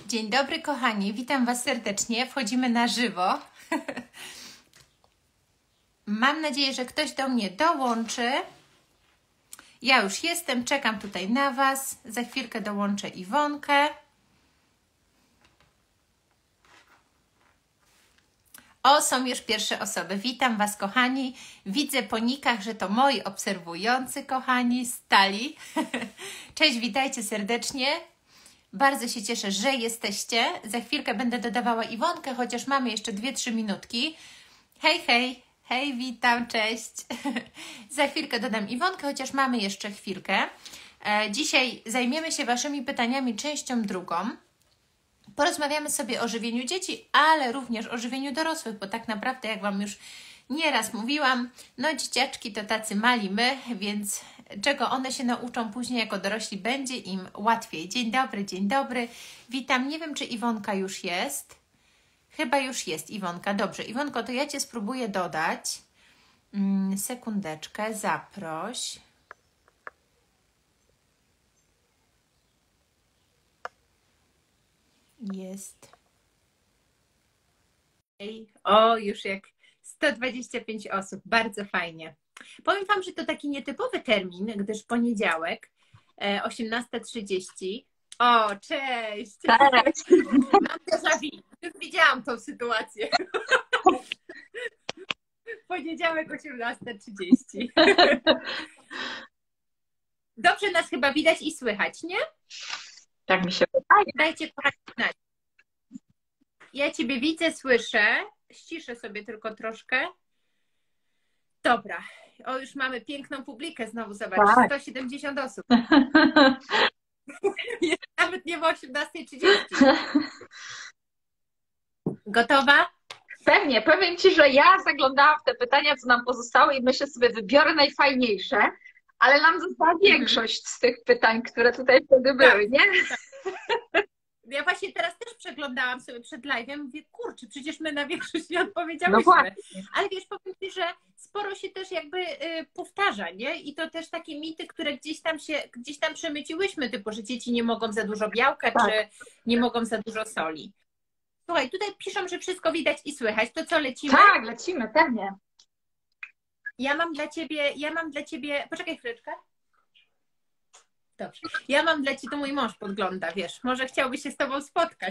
Dzień dobry kochani, witam Was serdecznie, wchodzimy na żywo. Mam nadzieję, że ktoś do mnie dołączy. Ja już jestem, czekam tutaj na Was. Za chwilkę dołączę Iwonkę. O, są już pierwsze osoby. Witam Was kochani. Widzę po nikach, że to moi obserwujący kochani stali. Cześć, witajcie serdecznie. Bardzo się cieszę, że jesteście. Za chwilkę będę dodawała Iwonkę, chociaż mamy jeszcze 2-3 minutki. Hej, hej, hej, witam, cześć. Za chwilkę dodam Iwonkę, chociaż mamy jeszcze chwilkę. Dzisiaj zajmiemy się Waszymi pytaniami częścią drugą. Porozmawiamy sobie o żywieniu dzieci, ale również o żywieniu dorosłych, bo tak naprawdę, jak Wam już nieraz mówiłam, no dzieciaczki to tacy mali my, więc czego one się nauczą później jako dorośli, będzie im łatwiej. Dzień dobry, witam. Nie wiem, czy Iwonka już jest. Chyba już jest Iwonka. Dobrze, Iwonko, to ja Cię spróbuję dodać. Sekundeczkę, zaproś. Jest. O, już jak 125 osób. Bardzo fajnie. Powiem Wam, że to taki nietypowy termin, gdyż poniedziałek, 18:30. O, cześć! Cześć! Mam déjà vu. Już widziałam tą sytuację. Poniedziałek, 18:30. Dobrze nas chyba widać i słychać, nie? Tak mi się wydaje. Dajcie kochani znać. Ja Ciebie widzę, słyszę. Ściszę sobie tylko troszkę. Dobra. O, już mamy piękną publikę znowu, zobacz. Tak. 170 osób. Nawet nie w 18:30. Gotowa? Pewnie. Powiem Ci, że ja zaglądałam w te pytania, co nam pozostały i myślę sobie, wybiorę najfajniejsze, ale nam została większość z tych pytań, które tutaj wtedy były, nie? Tak. Ja właśnie teraz też przeglądałam sobie przed live'em, mówię, kurczę, przecież my na większość nie odpowiedziałyśmy. No właśnie. Ale wiesz, powiem Ci, że sporo się też jakby powtarza, nie? I to też takie mity, które gdzieś tam przemyciłyśmy, typu, że dzieci nie mogą za dużo białka, Tak. czy nie mogą za dużo soli. Słuchaj, tutaj piszą, że wszystko widać i słychać. To co, lecimy? Tak, lecimy, pewnie. Ja mam dla Ciebie... Poczekaj chwileczkę. Dobrze. Ja mam dla Ciebie, to mój mąż podgląda, wiesz, może chciałby się z Tobą spotkać.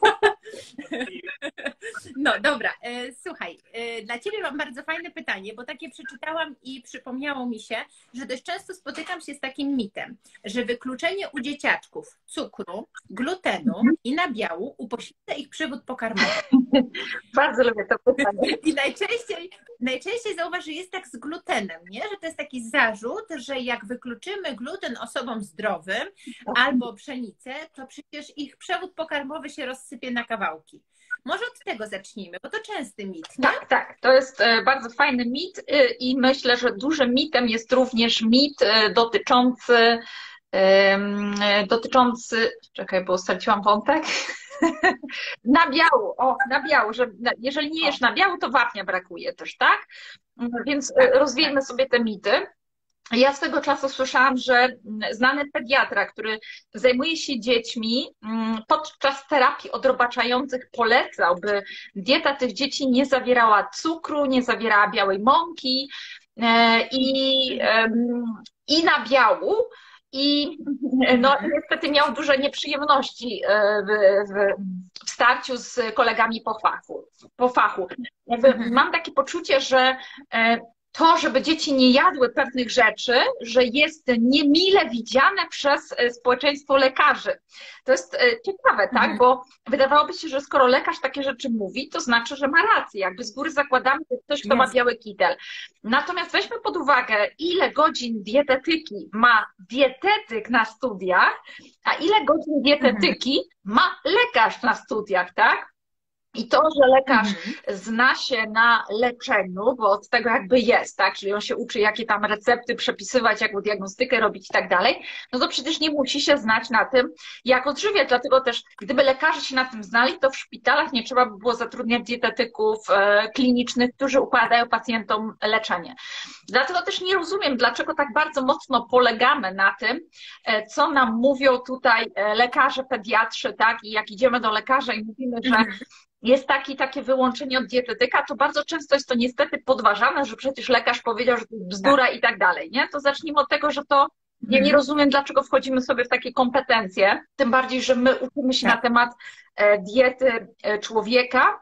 No dobra, słuchaj, dla Ciebie mam bardzo fajne pytanie, bo takie przeczytałam i przypomniało mi się, że dość często spotykam się z takim mitem, że wykluczenie u dzieciaczków cukru, glutenu i nabiału upośledza ich przewód pokarmowy. Bardzo lubię to pytanie. I najczęściej zauważ, że jest tak z glutenem, nie? Że to jest taki zarzut, że jak wykluczymy gluten osobom zdrowym albo pszenicę, to przecież ich przewód pokarmowy się rozsypie na kawałki. Może od tego zacznijmy, bo to częsty mit, nie? Tak, tak. To jest bardzo fajny mit i myślę, że dużym mitem jest również mit dotyczący, czekaj, bo straciłam wątek. Nabiału, nabiału, że jeżeli nie jesz nabiału, to wapnia brakuje też, tak? Więc rozwijmy sobie te mity. Ja swego czasu słyszałam, że znany pediatra, który zajmuje się dziećmi, podczas terapii odrobaczających polecał, by dieta tych dzieci nie zawierała cukru, nie zawierała białej mąki i nabiału. I no, niestety miał duże nieprzyjemności w starciu z kolegami po fachu. Mam takie poczucie, że to, żeby dzieci nie jadły pewnych rzeczy, że jest niemile widziane przez społeczeństwo lekarzy. To jest ciekawe, tak? Bo wydawałoby się, że skoro lekarz takie rzeczy mówi, to znaczy, że ma rację. Jakby z góry zakładamy, że ktoś, kto ma biały kitel. Natomiast weźmy pod uwagę, ile godzin dietetyki ma dietetyk na studiach, a ile godzin dietetyki ma lekarz na studiach, tak? I to, że lekarz zna się na leczeniu, bo od tego jakby jest, tak? Czyli on się uczy, jakie tam recepty przepisywać, jaką diagnostykę robić i tak dalej, no to przecież nie musi się znać na tym, jak odżywiać. Dlatego też, gdyby lekarze się na tym znali, to w szpitalach nie trzeba by było zatrudniać dietetyków klinicznych, którzy układają pacjentom leczenie. Dlatego też nie rozumiem, dlaczego tak bardzo mocno polegamy na tym, co nam mówią tutaj lekarze, pediatrzy, tak? I jak idziemy do lekarza i mówimy, że jest takie wyłączenie od dietetyka, to bardzo często jest to niestety podważane, że przecież lekarz powiedział, że to bzdura i tak dalej, nie? To zacznijmy od tego, że to ja nie rozumiem, dlaczego wchodzimy sobie w takie kompetencje, tym bardziej, że my uczymy się na temat diety człowieka,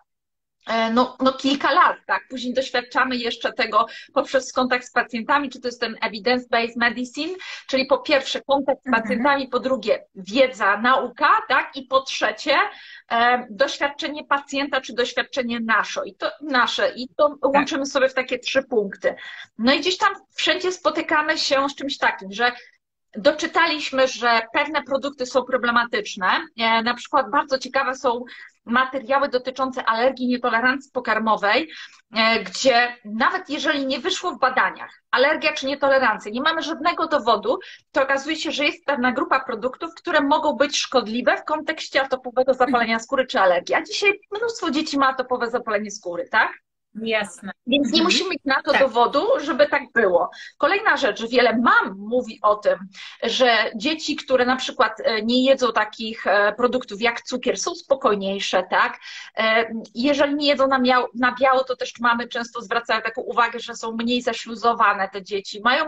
no kilka lat, tak? Później doświadczamy jeszcze tego poprzez kontakt z pacjentami, czy to jest ten evidence-based medicine, czyli po pierwsze kontakt z pacjentami, po drugie wiedza, nauka, tak? I po trzecie doświadczenie pacjenta, czy doświadczenie nasze. I to łączymy sobie w takie 3 punkty. No i gdzieś tam wszędzie spotykamy się z czymś takim, że doczytaliśmy, że pewne produkty są problematyczne. Na przykład bardzo ciekawe są materiały dotyczące alergii, nietolerancji pokarmowej, gdzie nawet jeżeli nie wyszło w badaniach alergia czy nietolerancja, nie mamy żadnego dowodu, to okazuje się, że jest pewna grupa produktów, które mogą być szkodliwe w kontekście atopowego zapalenia skóry czy alergii. A dzisiaj mnóstwo dzieci ma atopowe zapalenie skóry, tak? Jasne. Więc nie musimy mieć na to dowodu, żeby tak było. Kolejna rzecz, wiele mam mówi o tym, że dzieci, które na przykład nie jedzą takich produktów jak cukier, są spokojniejsze, tak? Jeżeli nie jedzą na biało, to też mamy często zwracają taką uwagę, że są mniej zaśluzowane te dzieci, mają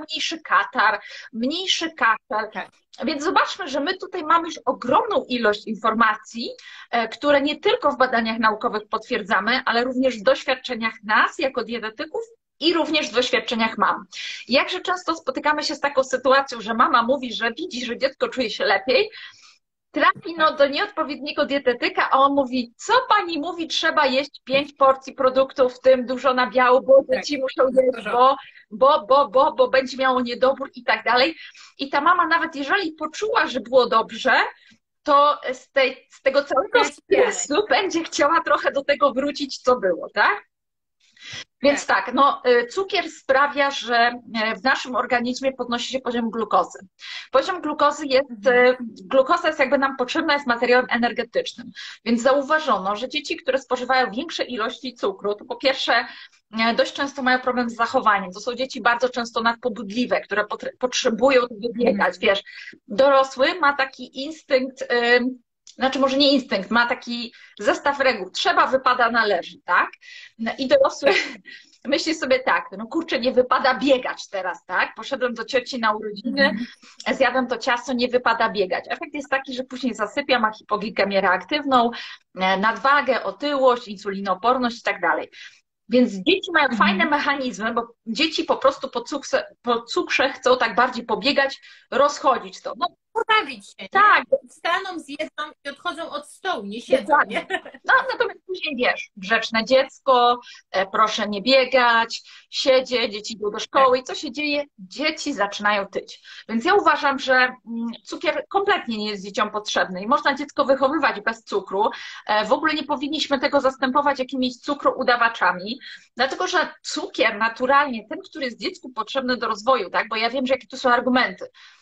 mniejszy katar. Tak. Więc zobaczmy, że my tutaj mamy już ogromną ilość informacji, które nie tylko w badaniach naukowych potwierdzamy, ale również w doświadczeniach nas jako dietetyków i również w doświadczeniach mam. Jakże często spotykamy się z taką sytuacją, że mama mówi, że widzi, że dziecko czuje się lepiej, trafi do nieodpowiedniego dietetyka, a on mówi, co pani mówi, trzeba jeść 5 porcji produktów, w tym dużo nabiału, bo dzieci muszą jeść, bo będzie miało niedobór i tak dalej. I ta mama nawet jeżeli poczuła, że było dobrze, to z tego całego stresu będzie chciała trochę do tego wrócić, co było, tak? Więc tak, no, cukier sprawia, że w naszym organizmie podnosi się poziom glukozy. Poziom glukozy glukoza jest jakby nam potrzebna, jest materiałem energetycznym. Więc zauważono, że dzieci, które spożywają większe ilości cukru, to po pierwsze dość często mają problem z zachowaniem. To są dzieci bardzo często nadpobudliwe, które potrzebują tego biegać. Wiesz, dorosły ma taki instynkt, znaczy może nie instynkt, ma taki zestaw reguł. Trzeba, wypada, należy, tak? I dorosły myśli sobie tak, no kurczę, nie wypada biegać teraz, tak? Poszedłem do cioci na urodziny, zjadłem to ciasto, nie wypada biegać. Efekt jest taki, że później zasypia, ma hipoglikemię reaktywną, nadwagę, otyłość, insulinooporność i tak dalej. Więc dzieci mają fajne mechanizmy, bo dzieci po prostu po cukrze chcą tak bardziej pobiegać, rozchodzić to. No, pobawić się, tak. Nie? Wstaną, zjedzą i odchodzą od stołu, nie siedzą. Nie? No, natomiast później wiesz, grzeczne dziecko, proszę nie biegać, siedzie, dzieci idą do szkoły i co się dzieje? Dzieci zaczynają tyć. Więc ja uważam, że cukier kompletnie nie jest dzieciom potrzebny i można dziecko wychowywać bez cukru. W ogóle nie powinniśmy tego zastępować jakimiś cukroudawaczami, dlatego że cukier naturalnie, ten, który jest dziecku potrzebny do rozwoju, tak? Bo ja wiem, że jakie tu są argumenty.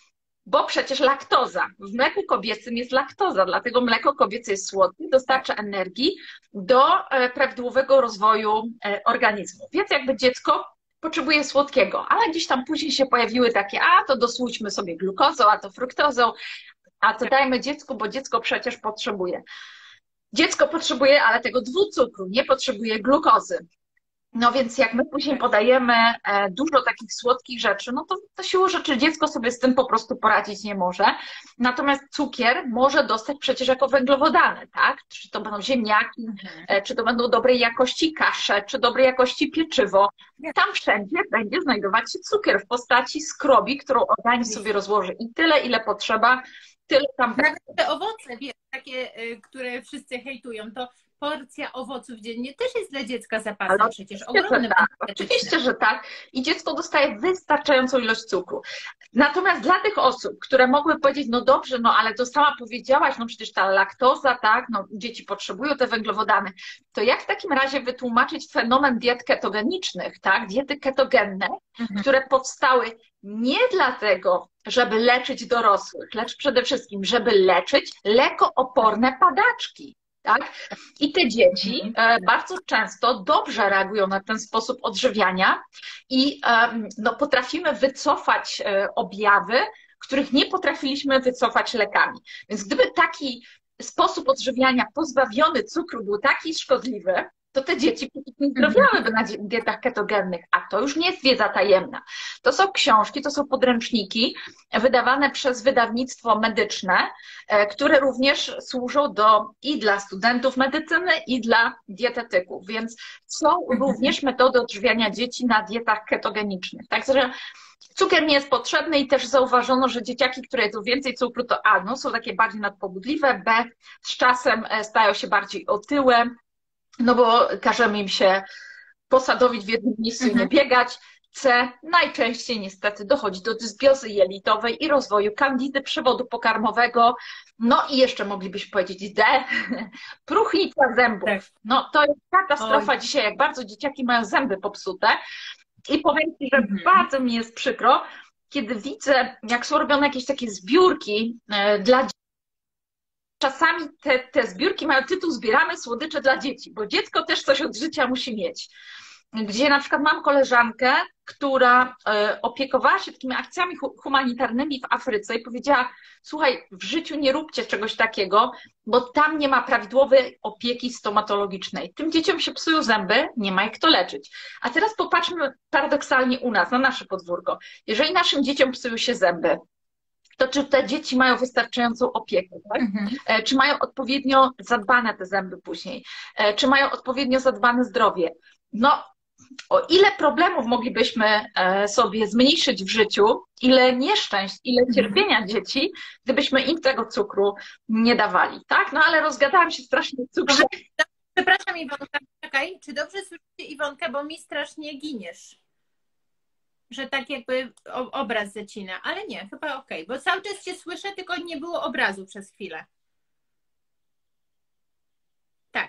Bo przecież laktoza. W mleku kobiecym jest laktoza, dlatego mleko kobiece jest słodkie, dostarcza energii do prawidłowego rozwoju organizmu. Więc jakby dziecko potrzebuje słodkiego, ale gdzieś tam później się pojawiły takie, a to dosłućmy sobie glukozą, a to fruktozą, a to dajmy dziecku, bo dziecko przecież potrzebuje. Dziecko potrzebuje, ale tego dwucukru, nie potrzebuje glukozy. No więc jak my później podajemy dużo takich słodkich rzeczy, no to siłą rzeczy dziecko sobie z tym po prostu poradzić nie może. Natomiast cukier może dostać przecież jako węglowodany, tak? Czy to będą ziemniaki, czy to będą dobrej jakości kasze, czy dobrej jakości pieczywo. Tam wszędzie będzie znajdować się cukier w postaci skrobi, którą organizm sobie rozłoży i tyle, ile potrzeba tyle tam. Nawet te owoce, wiesz, takie, które wszyscy hejtują, to porcja owoców dziennie też jest dla dziecka zapasem przecież ogromnym. Tak, oczywiście, że tak. I dziecko dostaje wystarczającą ilość cukru. Natomiast dla tych osób, które mogły powiedzieć, no dobrze, no ale to sama powiedziałaś, no przecież ta laktoza, tak, no dzieci potrzebują te węglowodany, to jak w takim razie wytłumaczyć fenomen diet ketogenicznych, tak, diety ketogenne, które powstały nie dlatego, żeby leczyć dorosłych, lecz przede wszystkim, żeby leczyć lekooporne padaczki. Tak? I te dzieci bardzo często dobrze reagują na ten sposób odżywiania i no, potrafimy wycofać objawy, których nie potrafiliśmy wycofać lekami. Więc gdyby taki sposób odżywiania pozbawiony cukru był taki szkodliwy, to te dzieci nie zdrowiałyby na dietach ketogennych, a to już nie jest wiedza tajemna. To są książki, to są podręczniki wydawane przez wydawnictwo medyczne, które również służą i dla studentów medycyny, i dla dietetyków, więc są również metody odżywiania dzieci na dietach ketogenicznych. Także cukier nie jest potrzebny i też zauważono, że dzieciaki, które jedzą więcej cukru, to A, no, są takie bardziej nadpobudliwe, B, z czasem stają się bardziej otyłe, no bo każemy im się posadowić w jednym miejscu i nie biegać. C, najczęściej niestety dochodzi do dysbiozy jelitowej i rozwoju kandidy przewodu pokarmowego. No i jeszcze moglibyśmy powiedzieć D, próchnica zębów. No to jest katastrofa dzisiaj, jak bardzo dzieciaki mają zęby popsute. I powiem Ci, że bardzo mi jest przykro, kiedy widzę, jak są robione jakieś takie zbiórki dla dzieci. Czasami te zbiórki mają tytuł "Zbieramy słodycze dla dzieci", bo dziecko też coś od życia musi mieć. Gdzie na przykład mam koleżankę, która opiekowała się takimi akcjami humanitarnymi w Afryce i powiedziała: słuchaj, w życiu nie róbcie czegoś takiego, bo tam nie ma prawidłowej opieki stomatologicznej. Tym dzieciom się psują zęby, nie ma ich kto leczyć. A teraz popatrzmy paradoksalnie u nas, na nasze podwórko. Jeżeli naszym dzieciom psują się zęby, to czy te dzieci mają wystarczającą opiekę, tak? Czy mają odpowiednio zadbane te zęby później? Czy mają odpowiednio zadbane zdrowie? No, o ile problemów moglibyśmy sobie zmniejszyć w życiu, ile nieszczęść, ile cierpienia dzieci, gdybyśmy im tego cukru nie dawali, tak? No ale rozgadałam się strasznie w cukrze. Przepraszam, Iwonka, czekaj, czy dobrze słyszycie, Iwonkę, bo mi strasznie giniesz? Że tak jakby obraz zacina, ale nie, chyba okej, bo cały czas Cię słyszę, tylko nie było obrazu przez chwilę. Tak.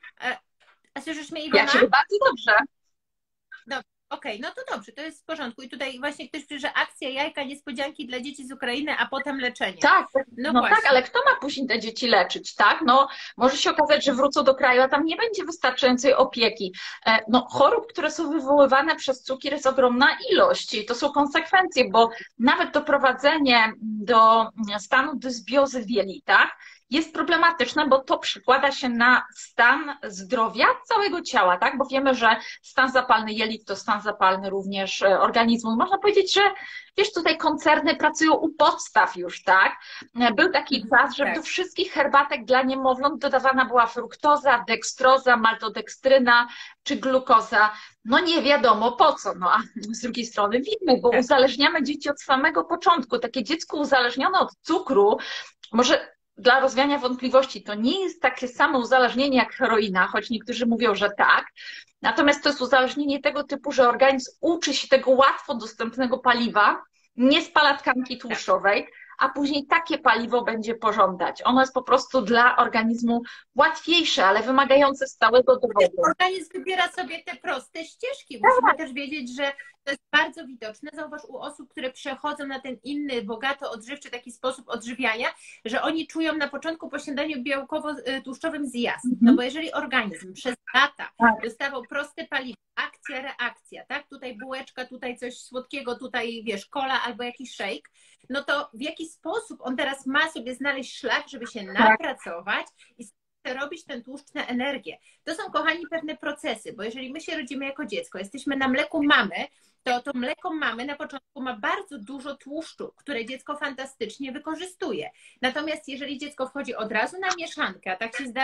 A słyszysz mnie, Iwona? Ja Cię bardzo dobrze. Okej, no to dobrze, to jest w porządku. I tutaj właśnie ktoś pisze, że akcja jajka niespodzianki dla dzieci z Ukrainy, a potem leczenie. Tak, no tak, ale kto ma później te dzieci leczyć, tak? No może się okazać, że wrócą do kraju, a tam nie będzie wystarczającej opieki. No chorób, które są wywoływane przez cukier, jest ogromna ilość i to są konsekwencje, bo nawet doprowadzenie do stanu dysbiozy w jelitach jest problematyczne, bo to przekłada się na stan zdrowia całego ciała, tak? Bo wiemy, że stan zapalny jelit to stan zapalny również organizmu. Można powiedzieć, że wiesz, tutaj koncerny pracują u podstaw już, tak? Był taki czas, że do wszystkich herbatek dla niemowląt dodawana była fruktoza, dekstroza, maltodekstryna czy glukoza. No nie wiadomo po co, no a z drugiej strony wiemy, bo uzależniamy dzieci od samego początku. Takie dziecko uzależnione od cukru, może dla rozwiania wątpliwości, to nie jest takie samo uzależnienie jak heroina, choć niektórzy mówią, że tak. Natomiast to jest uzależnienie tego typu, że organizm uczy się tego łatwo dostępnego paliwa, nie spala tkanki tłuszczowej, a później takie paliwo będzie pożądać. Ono jest po prostu dla organizmu łatwiejsze, ale wymagające stałego dowodu. Organizm wybiera sobie te proste ścieżki. Musimy też wiedzieć, że to jest bardzo widoczne. Zauważ u osób, które przechodzą na ten inny, bogato odżywczy taki sposób odżywiania, że oni czują na początku po śniadaniu białkowo-tłuszczowym zjazd. No bo jeżeli organizm przez lata dostawał proste paliwo, akcja, reakcja, tak? Tutaj bułeczka, tutaj coś słodkiego, tutaj wiesz, cola albo jakiś shake, no to w jaki sposób on teraz ma sobie znaleźć szlak, żeby się napracować i robić ten tłuszcz na energię. To są, kochani, pewne procesy, bo jeżeli my się rodzimy jako dziecko, jesteśmy na mleku mamy, to mleko mamy na początku ma bardzo dużo tłuszczu, które dziecko fantastycznie wykorzystuje. Natomiast jeżeli dziecko wchodzi od razu na mieszankę, a tak się zdarza,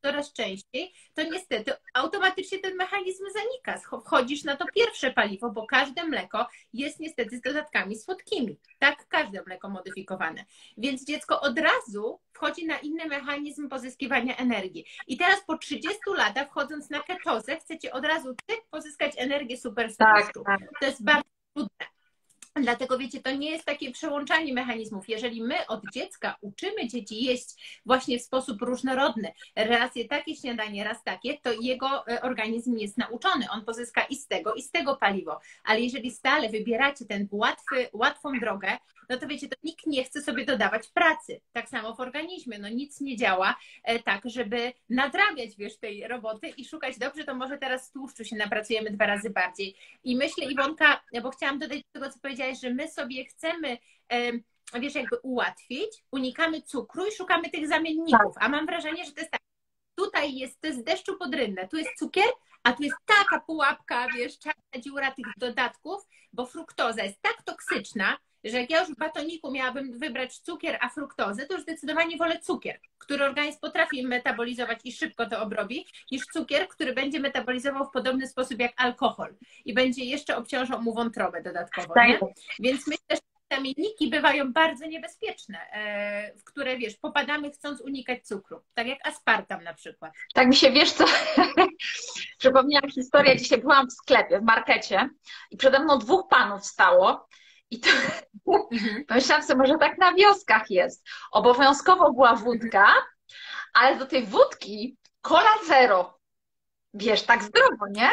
coraz częściej, to niestety automatycznie ten mechanizm zanika. Wchodzisz na to pierwsze paliwo, bo każde mleko jest niestety z dodatkami słodkimi. Tak, każde mleko modyfikowane. Więc dziecko od razu wchodzi na inny mechanizm pozyskiwania energii. I teraz po 30 latach, wchodząc na ketozę, chcecie od razu pozyskać energię super z tłuszczu. To jest bardzo trudne. Dlatego wiecie, to nie jest takie przełączanie mechanizmów. Jeżeli my od dziecka uczymy dzieci jeść właśnie w sposób różnorodny, raz je takie śniadanie, raz takie, to jego organizm jest nauczony. On pozyska i z tego paliwo. Ale jeżeli stale wybieracie tę łatwą drogę, no to wiecie, to nikt nie chce sobie dodawać pracy. Tak samo w organizmie. No nic nie działa tak, żeby nadrabiać, wiesz, tej roboty i szukać, dobrze, to może teraz z tłuszczu się napracujemy 2 razy bardziej. I myślę, Iwonka, bo chciałam dodać do tego, co powiedziałaś, że my sobie chcemy, wiesz, jakby ułatwić, unikamy cukru i szukamy tych zamienników. A mam wrażenie, że to jest tak, tutaj jest, to jest deszczu pod rynnę, tu jest cukier, a tu jest taka pułapka, wiesz, czarna dziura tych dodatków, bo fruktoza jest tak toksyczna, że jak ja już w batoniku miałabym wybrać cukier, a fruktozę, to już zdecydowanie wolę cukier, który organizm potrafi metabolizować i szybko to obrobi, niż cukier, który będzie metabolizował w podobny sposób jak alkohol i będzie jeszcze obciążał mu wątrobę dodatkowo. Nie? Więc myślę, że zamienniki bywają bardzo niebezpieczne, w które, wiesz, popadamy chcąc unikać cukru, tak jak aspartam na przykład. Tak mi się, wiesz co, przypomniałam historię, dzisiaj byłam w sklepie, w markecie i przede mną 2 panów stało i to pomyślałam sobie, może tak na wioskach jest. Obowiązkowo była wódka, ale do tej wódki Cola Zero. Wiesz, tak zdrowo, nie?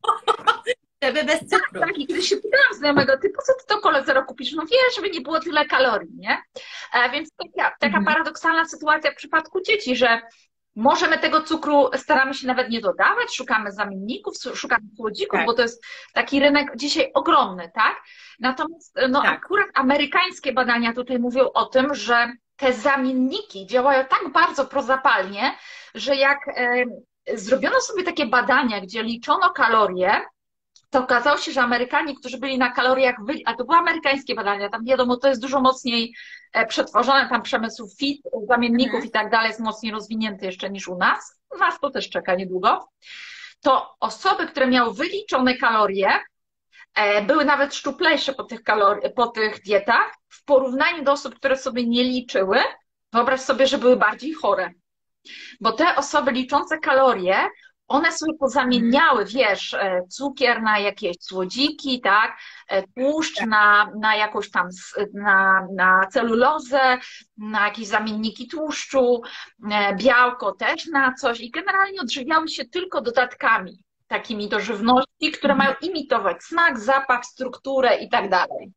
Żeby bez cukru. Tak, i kiedyś się pytałam znajomego, ty po co ty to Cola Zero kupisz? No wiesz, żeby nie było tyle kalorii, nie? Więc taka paradoksalna sytuacja w przypadku dzieci, że może my tego cukru staramy się nawet nie dodawać, szukamy zamienników, szukamy słodzików, bo to jest taki rynek dzisiaj ogromny, tak? Natomiast no, akurat amerykańskie badania tutaj mówią o tym, że te zamienniki działają tak bardzo prozapalnie, że jak zrobiono sobie takie badania, gdzie liczono kalorie, to okazało się, że Amerykanie, którzy byli na kaloriach, a to były amerykańskie badania, tam wiadomo, to jest dużo mocniej przetworzone, tam przemysł fit, zamienników i tak dalej jest mocniej rozwinięty jeszcze niż u nas. U nas to też czeka niedługo. To osoby, które miały wyliczone kalorie, były nawet szczuplejsze po tych dietach w porównaniu do osób, które sobie nie liczyły. Wyobraź sobie, że były bardziej chore. Bo te osoby liczące kalorie, one sobie pozamieniały, wiesz, cukier na jakieś słodziki, tak, tłuszcz na jakąś tam, na celulozę, na jakieś zamienniki tłuszczu, białko też na coś i generalnie odżywiały się tylko dodatkami takimi do żywności, które mają imitować smak, zapach, strukturę i tak dalej.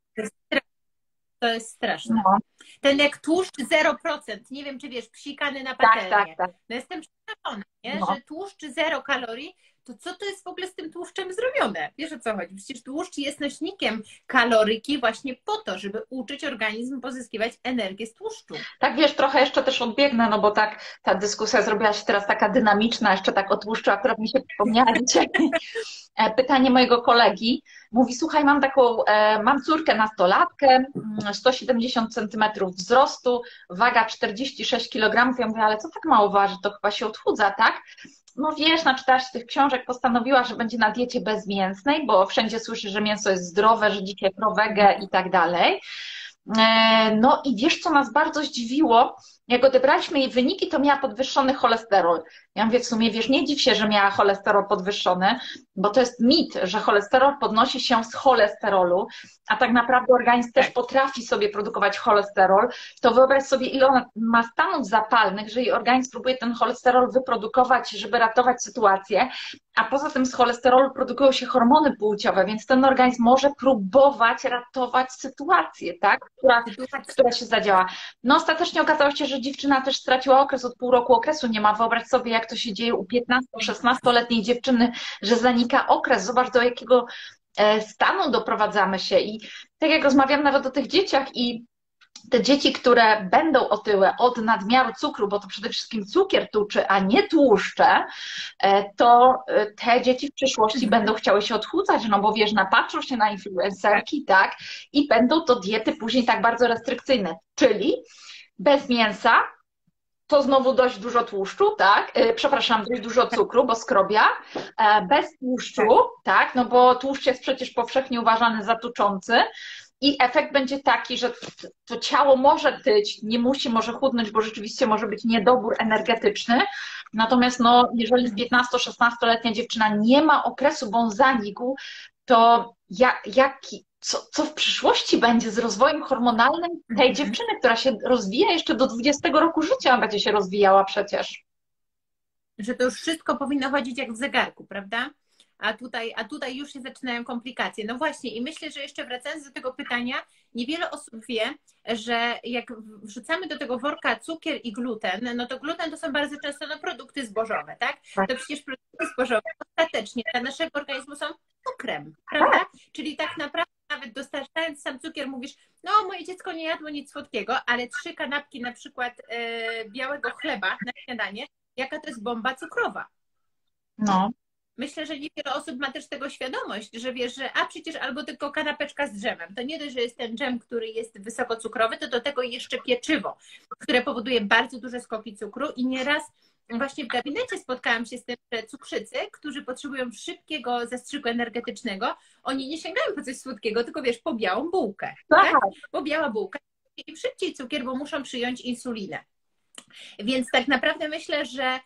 To jest straszne. No. Ten jak tłuszcz 0%, nie wiem, czy wiesz, psikany na patelnię. Tak. No jestem przekonana, nie? Że tłuszcz 0 kalorii, to co to jest w ogóle z tym tłuszczem zrobione? Wiesz, o co chodzi? Przecież tłuszcz jest nośnikiem kaloryki właśnie po to, żeby uczyć organizm pozyskiwać energię z tłuszczu. Tak, wiesz, trochę jeszcze też odbiegnę, no bo tak ta dyskusja zrobiła się teraz taka dynamiczna, jeszcze tak o tłuszczu, akurat mi się przypomniała dzisiaj pytanie mojego kolegi. Mówi, słuchaj, mam córkę nastolatkę, 170 cm wzrostu, waga 46 kg. Ja mówię, ale co tak mało waży? To chyba się odchudza, tak? No wiesz, naczytałaś się tych książek, postanowiła, że będzie na diecie bezmięsnej, bo wszędzie słyszy, że mięso jest zdrowe, że dzisiaj pro-wege i tak dalej. No i wiesz, co nas bardzo zdziwiło? Jak odebraliśmy jej wyniki, to miała podwyższony cholesterol. Ja mówię, w sumie, wiesz, nie dziw się, że miała cholesterol podwyższony, bo to jest mit, że cholesterol podnosi się z cholesterolu, a tak naprawdę organizm też potrafi sobie produkować cholesterol. To wyobraź sobie, ile ona ma stanów zapalnych, że jej organizm próbuje ten cholesterol wyprodukować, żeby ratować sytuację, a poza tym z cholesterolu produkują się hormony płciowe, więc ten organizm może próbować ratować sytuację, tak? która się zadziała. No ostatecznie okazało się, że dziewczyna też straciła okres, od pół roku okresu nie ma. Wyobraź sobie, jak to się dzieje u 15-16-letniej dziewczyny, że zanika okres. Zobacz, do jakiego stanu doprowadzamy się. I tak jak rozmawiam nawet o tych dzieciach i te dzieci, które będą otyłe od nadmiaru cukru, bo to przede wszystkim cukier tuczy, a nie tłuszcze, to te dzieci w przyszłości będą chciały się odchudzać, no bo wiesz, napatrzą się na influencerki, tak, i będą to diety później tak bardzo restrykcyjne, czyli bez mięsa, to znowu dość dużo tłuszczu, tak? Przepraszam, dość dużo cukru, bo skrobia. Bez tłuszczu, tak? No bo tłuszcz jest przecież powszechnie uważany za tuczący. I efekt będzie taki, że to ciało może tyć, nie musi, może chudnąć, bo rzeczywiście może być niedobór energetyczny. Natomiast no, jeżeli 15-16-letnia dziewczyna nie ma okresu, bo on zanikł, to co w przyszłości będzie z rozwojem hormonalnym tej dziewczyny, która się rozwija jeszcze do 20 roku życia, będzie się rozwijała przecież. Że to już wszystko powinno chodzić jak w zegarku, prawda? A tutaj już się zaczynają komplikacje. No właśnie, i myślę, że jeszcze wracając do tego pytania, niewiele osób wie, że jak wrzucamy do tego worka cukier i gluten, no to gluten to są bardzo często produkty zbożowe, tak? To przecież produkty zbożowe ostatecznie dla naszego organizmu są cukrem, prawda? Czyli tak naprawdę nawet dostarczając sam cukier mówisz, no moje dziecko nie jadło nic słodkiego, ale 3 kanapki na przykład białego chleba na śniadanie, jaka to jest bomba cukrowa. No. Myślę, że niewiele osób ma też tego świadomość, że wiesz, że przecież albo tylko kanapeczka z dżemem. To nie dość, że jest ten dżem, który jest wysokocukrowy, to do tego jeszcze pieczywo, które powoduje bardzo duże skoki cukru i nieraz właśnie w gabinecie spotkałam się z tym, że cukrzycy, którzy potrzebują szybkiego zastrzyku energetycznego, oni nie sięgają po coś słodkiego, tylko wiesz, po białą bułkę. Tak? Po biała bułka i szybciej cukier, bo muszą przyjąć insulinę. Więc tak naprawdę myślę, że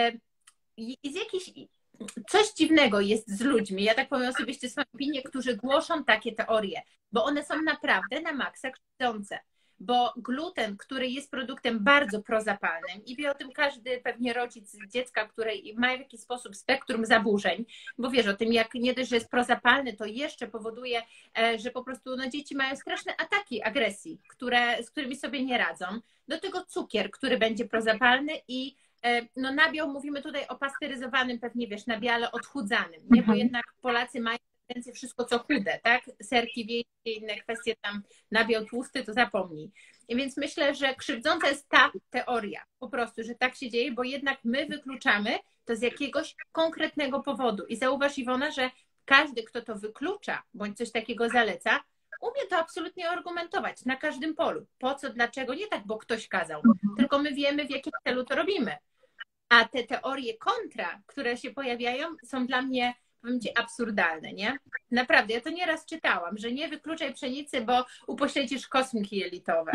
jest jakiś... Coś dziwnego jest z ludźmi, ja tak powiem osobiście swoją opinię, którzy głoszą takie teorie, bo one są naprawdę na maksa krzywdzące. Bo gluten, który jest produktem bardzo prozapalnym i wie o tym każdy pewnie rodzic dziecka, które ma w jakiś sposób spektrum zaburzeń, bo wiesz o tym, jak nie dość, że jest prozapalny, to jeszcze powoduje, że po prostu no, dzieci mają straszne ataki agresji, z którymi sobie nie radzą. Do tego cukier, który będzie prozapalny i no nabiał, mówimy tutaj o pasteryzowanym pewnie, wiesz, nabiale odchudzanym, nie? Bo jednak Polacy mają tendencję wszystko co chude, tak? Serki wiejskie, inne kwestie tam, nabiał tłusty, to zapomnij. I więc myślę, że krzywdząca jest ta teoria, po prostu, że tak się dzieje, bo jednak my wykluczamy to z jakiegoś konkretnego powodu. I zauważ, Iwona, że każdy, kto to wyklucza, bądź coś takiego zaleca, umie to absolutnie argumentować na każdym polu. Po co, dlaczego? Nie tak, bo ktoś kazał, tylko my wiemy, w jakim celu to robimy. A te teorie kontra, które się pojawiają, są dla mnie, powiem ci, absurdalne, nie? Naprawdę, ja to nieraz czytałam, że nie wykluczaj pszenicy, bo upośledzisz kosmki jelitowe.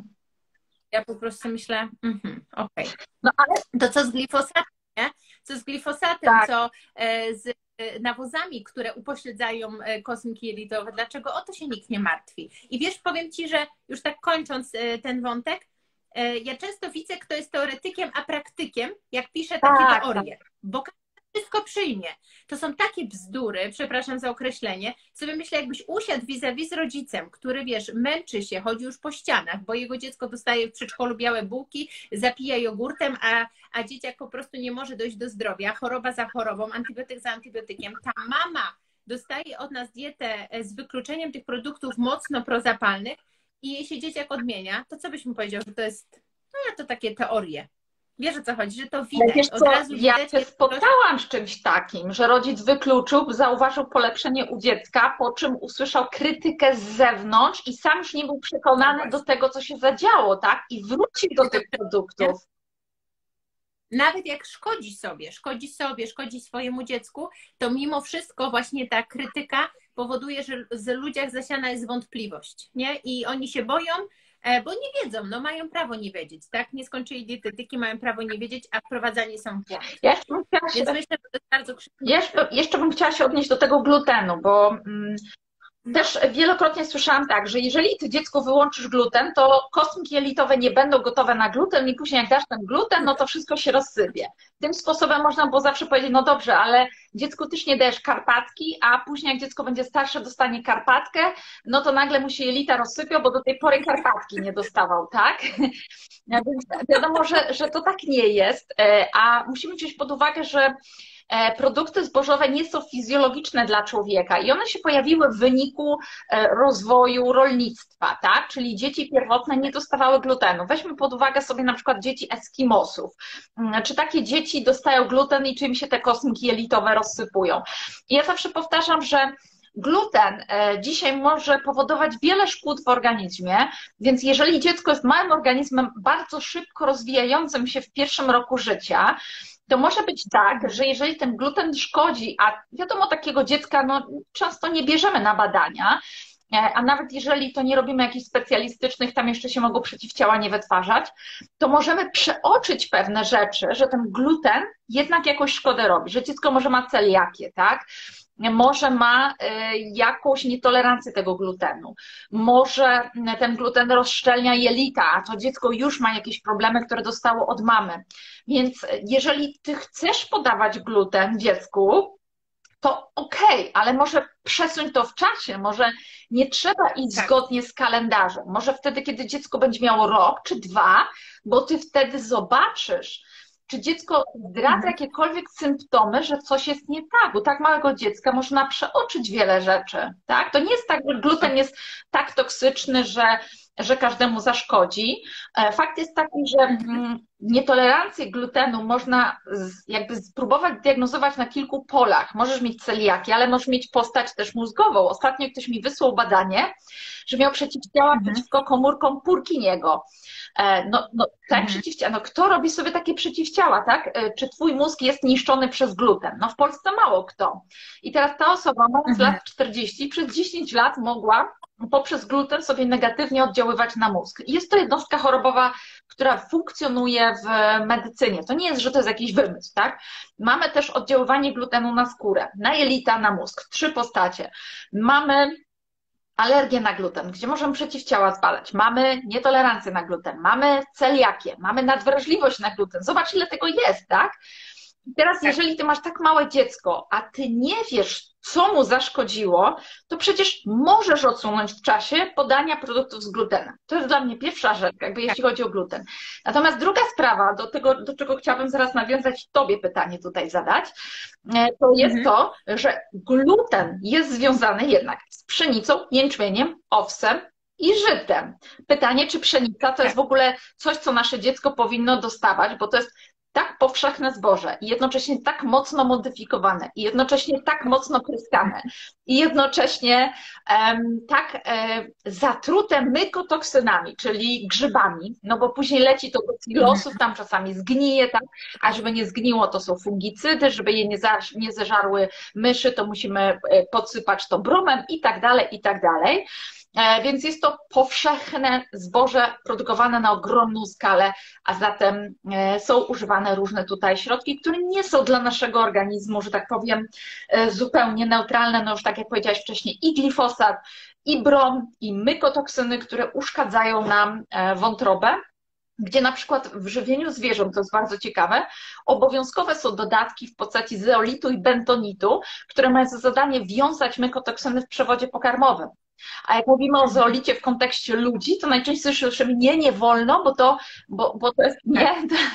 Ja po prostu myślę, okej. No ale to co z glifosatem, nie? Co z glifosatem, tak. Co z nawozami, które upośledzają kosmki jelitowe, dlaczego o to się nikt nie martwi? I wiesz, powiem ci, że już tak kończąc ten wątek, ja często widzę, kto jest teoretykiem, a praktykiem, jak pisze takie teorie, bo wszystko przyjmie. To są takie bzdury, przepraszam za określenie, sobie myślę, jakbyś usiadł vis-a-vis z rodzicem, który, wiesz, męczy się, chodzi już po ścianach, bo jego dziecko dostaje w przedszkolu białe bułki, zapija jogurtem, a dzieciak po prostu nie może dojść do zdrowia, choroba za chorobą, antybiotyk za antybiotykiem. Ta mama dostaje od nas dietę z wykluczeniem tych produktów mocno prozapalnych i jej się dzieciak odmienia, to co byś mu powiedział, że to jest, no to takie teorie. Wiesz, o co chodzi, że to widać. Wiesz co, od razu ja widać, się spotkałam z czymś takim, że rodzic wykluczył, zauważył polepszenie u dziecka, po czym usłyszał krytykę z zewnątrz i sam już nie był przekonany do tego, co się zadziało, tak? I wrócił do tych produktów. Nawet jak szkodzi swojemu dziecku, to mimo wszystko właśnie ta krytyka powoduje, że w ludziach zasiana jest wątpliwość, nie? I oni się boją, bo nie wiedzą, no mają prawo nie wiedzieć, tak? Nie skończyli dietetyki, mają prawo nie wiedzieć, a wprowadzani są w błąd. Więc myślę, że to jest bardzo krzywdzące. Jeszcze bym chciała się odnieść do tego glutenu, bo też wielokrotnie słyszałam tak, że jeżeli ty dziecku wyłączysz gluten, to kostki jelitowe nie będą gotowe na gluten i później jak dasz ten gluten, no to wszystko się rozsypie. Tym sposobem można było zawsze powiedzieć, no dobrze, ale dziecku też nie dajesz karpatki, a później jak dziecko będzie starsze, dostanie karpatkę, no to nagle mu się jelita rozsypią, bo do tej pory karpatki nie dostawał, tak? Więc wiadomo, że to tak nie jest, a musimy wziąć pod uwagę, że produkty zbożowe nie są fizjologiczne dla człowieka i one się pojawiły w wyniku rozwoju rolnictwa, tak? Czyli dzieci pierwotne nie dostawały glutenu. Weźmy pod uwagę sobie na przykład dzieci Eskimosów. Czy takie dzieci dostają gluten i czy im się te kostki jelitowe rozsypują? I ja zawsze powtarzam, że gluten dzisiaj może powodować wiele szkód w organizmie, więc jeżeli dziecko jest małym organizmem, bardzo szybko rozwijającym się w pierwszym roku życia, to może być tak, że jeżeli ten gluten szkodzi, a wiadomo, takiego dziecka no, często nie bierzemy na badania, a nawet jeżeli to nie robimy jakichś specjalistycznych, tam jeszcze się mogą przeciwciała nie wytwarzać, to możemy przeoczyć pewne rzeczy, że ten gluten jednak jakąś szkodę robi, że dziecko może ma celiakię, tak? Może ma jakąś nietolerancję tego glutenu, może ten gluten rozszczelnia jelita, a to dziecko już ma jakieś problemy, które dostało od mamy. Więc jeżeli ty chcesz podawać gluten dziecku, to okej, ale może przesuń to w czasie, może nie trzeba iść zgodnie z kalendarzem, może wtedy, kiedy dziecko będzie miało rok czy 2, bo ty wtedy zobaczysz, czy dziecko zdradza jakiekolwiek symptomy, że coś jest nie tak. U tak małego dziecka można przeoczyć wiele rzeczy. Tak? To nie jest tak, że gluten jest tak toksyczny, że każdemu zaszkodzi. Fakt jest taki, że nietolerancję glutenu można jakby spróbować diagnozować na kilku polach. Możesz mieć celiakię, ale możesz mieć postać też mózgową. Ostatnio ktoś mi wysłał badanie, że miał przeciwciała przeciwko komórkom Purkiniego. Tak, przeciwciała. No, kto robi sobie takie przeciwciała, tak? Czy twój mózg jest niszczony przez gluten? No w Polsce mało kto. I teraz ta osoba, mając lat 40, przez 10 lat mogła poprzez gluten sobie negatywnie oddziaływać na mózg. I jest to jednostka chorobowa, która funkcjonuje w medycynie. To nie jest, że to jest jakiś wymysł, tak? Mamy też oddziaływanie glutenu na skórę, na jelita, na mózg. 3 postacie. Mamy alergię na gluten, gdzie możemy przeciwciała zbadać. Mamy nietolerancję na gluten, mamy celiakię, mamy nadwrażliwość na gluten. Zobacz, ile tego jest, tak? I teraz, jeżeli ty masz tak małe dziecko, a ty nie wiesz, co mu zaszkodziło, to przecież możesz odsunąć w czasie podania produktów z glutenem. To jest dla mnie pierwsza rzecz, jakby jeśli chodzi o gluten. Natomiast druga sprawa, do czego chciałabym zaraz nawiązać, tobie pytanie tutaj zadać, to jest to, że gluten jest związany jednak z pszenicą, jęczmieniem, owsem i żytem. Pytanie, czy pszenica to jest w ogóle coś, co nasze dziecko powinno dostawać, bo to jest tak powszechne zboże i jednocześnie tak mocno modyfikowane i jednocześnie tak mocno pryskane i jednocześnie tak zatrute mykotoksynami, czyli grzybami, no bo później leci to do silosów, tam czasami zgnije, tak? A żeby nie zgniło, to są fungicydy, żeby je nie zeżarły myszy, to musimy podsypać to bromem i tak dalej, i tak dalej. Więc jest to powszechne zboże produkowane na ogromną skalę, a zatem są używane różne tutaj środki, które nie są dla naszego organizmu, że tak powiem, zupełnie neutralne. No już tak jak powiedziałaś wcześniej, i glifosat, i brom, i mykotoksyny, które uszkadzają nam wątrobę, gdzie na przykład w żywieniu zwierząt, to jest bardzo ciekawe, obowiązkowe są dodatki w postaci zeolitu i bentonitu, które mają za zadanie wiązać mykotoksyny w przewodzie pokarmowym. A jak mówimy o zeolicie w kontekście ludzi, to najczęściej słyszymy nie wolno, bo to jest nie.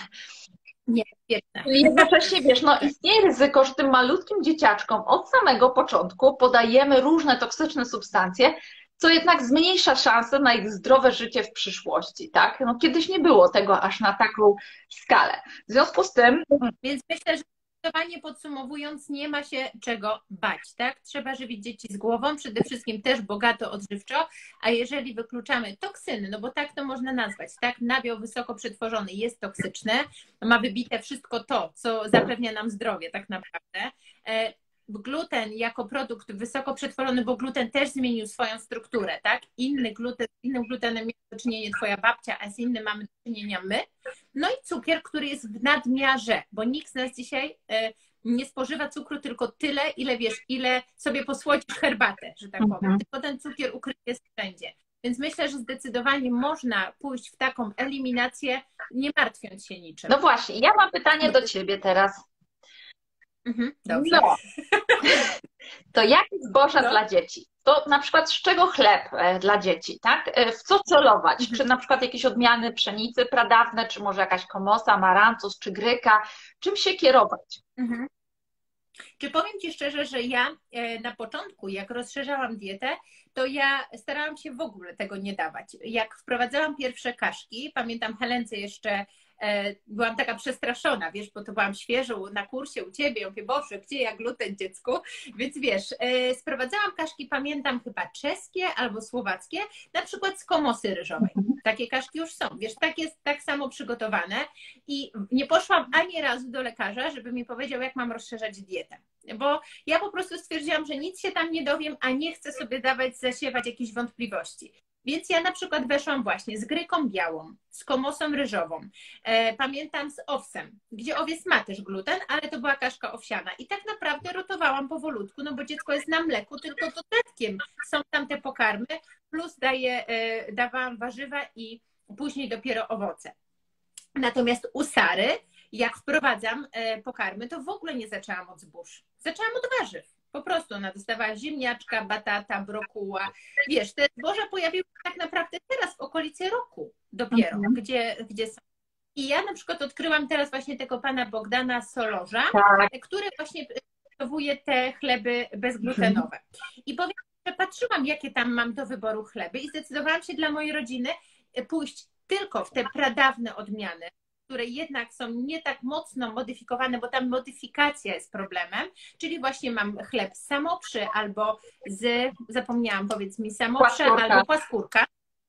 Nie, Czyli jednocześnie, wiesz, no istnieje ryzyko, że tym malutkim dzieciaczkom od samego początku podajemy różne toksyczne substancje, co jednak zmniejsza szanse na ich zdrowe życie w przyszłości, tak? No kiedyś nie było tego aż na taką skalę. W związku z tym... Więc myślę, że zdecydowanie podsumowując, nie ma się czego bać, tak? Trzeba żywić dzieci z głową, przede wszystkim też bogato odżywczo, a jeżeli wykluczamy toksyny, no bo tak to można nazwać, tak? Nabiał wysoko przetworzony jest toksyczny, ma wybite wszystko to, co zapewnia nam zdrowie tak naprawdę. Gluten jako produkt wysoko przetworzony, bo gluten też zmienił swoją strukturę, tak? Z innym glutenem miała do czynienia twoja babcia, a z innym mamy do czynienia my. No i cukier, który jest w nadmiarze, bo nikt z nas dzisiaj nie spożywa cukru tylko tyle, ile wiesz, ile sobie posłodzisz herbatę, że tak powiem. Tylko ten cukier ukryty jest wszędzie. Więc myślę, że zdecydowanie można pójść w taką eliminację, nie martwiąc się niczym. No właśnie, ja mam pytanie do ciebie teraz. Dobrze. No. To jakie zboża dla dzieci? To na przykład z czego chleb dla dzieci, tak? W co celować? Czy na przykład jakieś odmiany pszenicy pradawne, czy może jakaś komosa, marancus, czy gryka? Czym się kierować? Czy powiem Ci szczerze, że ja na początku, jak rozszerzałam dietę, to ja starałam się w ogóle tego nie dawać. Jak wprowadzałam pierwsze kaszki, pamiętam Helence jeszcze byłam taka przestraszona, wiesz, bo to byłam świeżo na kursie u ciebie. Ja mówię, Boże, gdzie ja gluten, dziecku? Więc wiesz, sprowadzałam kaszki, pamiętam chyba czeskie albo słowackie, na przykład z komosy ryżowej. Takie kaszki już są, wiesz, tak samo przygotowane i nie poszłam ani razu do lekarza, żeby mi powiedział, jak mam rozszerzać dietę. Bo ja po prostu stwierdziłam, że nic się tam nie dowiem, a nie chcę sobie zasiewać jakichś wątpliwości. Więc ja na przykład weszłam właśnie z gryką białą, z komosą ryżową, pamiętam z owsem, gdzie owiec ma też gluten, ale to była kaszka owsiana. I tak naprawdę rotowałam powolutku, no bo dziecko jest na mleku, tylko dodatkiem są tam te pokarmy, plus dawałam warzywa i później dopiero owoce. Natomiast u Sary, jak wprowadzam pokarmy, to w ogóle nie zaczęłam od zbóż. Zaczęłam od warzyw. Po prostu ona dostawała ziemniaczka, batata, brokuła. Wiesz, te zboża pojawiły się tak naprawdę teraz w okolicy roku dopiero, gdzie są. I ja na przykład odkryłam teraz właśnie tego pana Bogdana Solorza, który właśnie przygotowuje te chleby bezglutenowe. I powiem, że patrzyłam, jakie tam mam do wyboru chleby i zdecydowałam się dla mojej rodziny pójść tylko w te pradawne odmiany, które jednak są nie tak mocno modyfikowane, bo tam modyfikacja jest problemem, czyli właśnie mam chleb z samoprzy albo zapomniałam, powiedz mi, samoprzy albo płaskórka,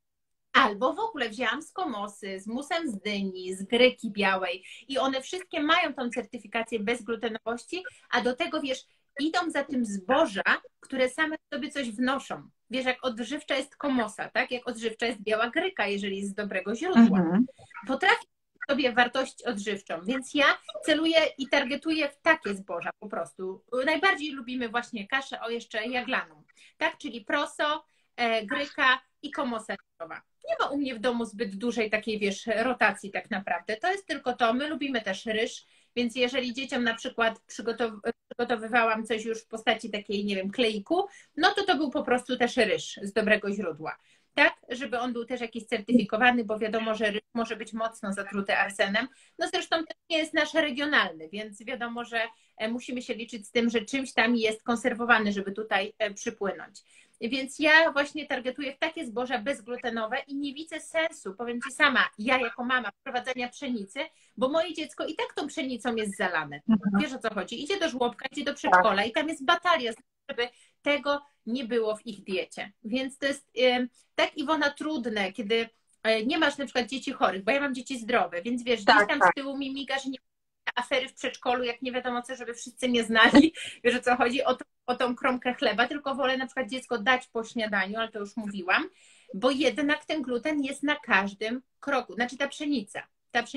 albo w ogóle wzięłam z komosy, z musem z dyni, z gryki białej i one wszystkie mają tą certyfikację bezglutenowości, a do tego, wiesz, idą za tym zboża, które same sobie coś wnoszą. Wiesz, jak odżywcza jest komosa, tak? Jak odżywcza jest biała gryka, jeżeli jest z dobrego źródła. Potrafi sobie wartość odżywczą, więc ja celuję i targetuję w takie zboża po prostu. Najbardziej lubimy właśnie kaszę jeszcze jaglaną, tak? Czyli proso, gryka i komosa ryżowa. Nie ma u mnie w domu zbyt dużej takiej, wiesz, rotacji tak naprawdę. To jest tylko to. My lubimy też ryż, więc jeżeli dzieciom na przykład przygotowywałam coś już w postaci takiej, nie wiem, kleiku, no to był po prostu też ryż z dobrego źródła. Tak, żeby on był też jakiś certyfikowany, bo wiadomo, że ryż może być mocno zatruty arsenem. No zresztą to nie jest nasz regionalny, więc wiadomo, że musimy się liczyć z tym, że czymś tam jest konserwowany, żeby tutaj przypłynąć. Więc ja właśnie targetuję w takie zboża bezglutenowe i nie widzę sensu, powiem Ci sama, ja jako mama wprowadzania pszenicy, bo moje dziecko i tak tą pszenicą jest zalane. Wiesz, o co chodzi? Idzie do żłobka, idzie do przedszkola i tam jest batalia, żeby tego nie było w ich diecie. Więc to jest tak, Iwona, trudne, kiedy nie masz na przykład dzieci chorych, bo ja mam dzieci zdrowe, więc wiesz, gdzieś tam z tyłu mi miga, że nie ma afery w przedszkolu, jak nie wiadomo co, żeby wszyscy nie znali, wiesz, o co chodzi, o tą kromkę chleba, tylko wolę na przykład dziecko dać po śniadaniu, ale to już mówiłam, bo jednak ten gluten jest na każdym kroku, znaczy ta pszenica.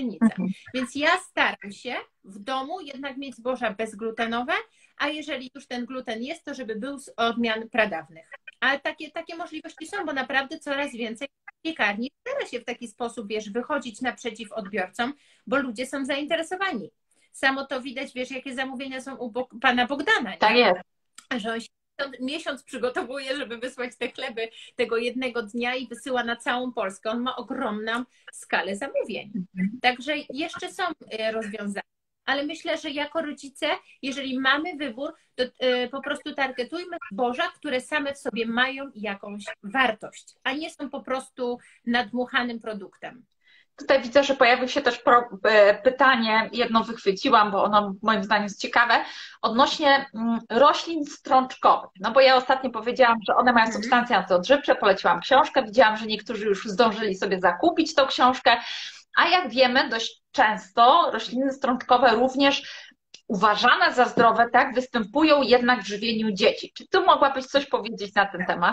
Więc ja staram się w domu jednak mieć zboża bezglutenowe, a jeżeli już ten gluten jest, to żeby był z odmian pradawnych. Ale takie możliwości są, bo naprawdę coraz więcej piekarni stara się w taki sposób, wiesz, wychodzić naprzeciw odbiorcom, bo ludzie są zainteresowani. Samo to widać, wiesz, jakie zamówienia są u pana Bogdana. Nie? Tak jest. Że on się miesiąc przygotowuje, żeby wysłać te chleby tego jednego dnia i wysyła na całą Polskę. On ma ogromną skalę zamówień. Także jeszcze są rozwiązania. Ale myślę, że jako rodzice, jeżeli mamy wybór, to po prostu targetujmy zboża, które same w sobie mają jakąś wartość, a nie są po prostu nadmuchanym produktem. Tutaj widzę, że pojawiło się też pytanie, jedno wychwyciłam, bo ono moim zdaniem jest ciekawe, odnośnie roślin strączkowych. No bo ja ostatnio powiedziałam, że one mają substancje antyodżywcze, poleciłam książkę, widziałam, że niektórzy już zdążyli sobie zakupić tą książkę, a jak wiemy, dość często rośliny strączkowe również uważane za zdrowe, tak, występują jednak w żywieniu dzieci. Czy tu mogłabyś coś powiedzieć na ten temat?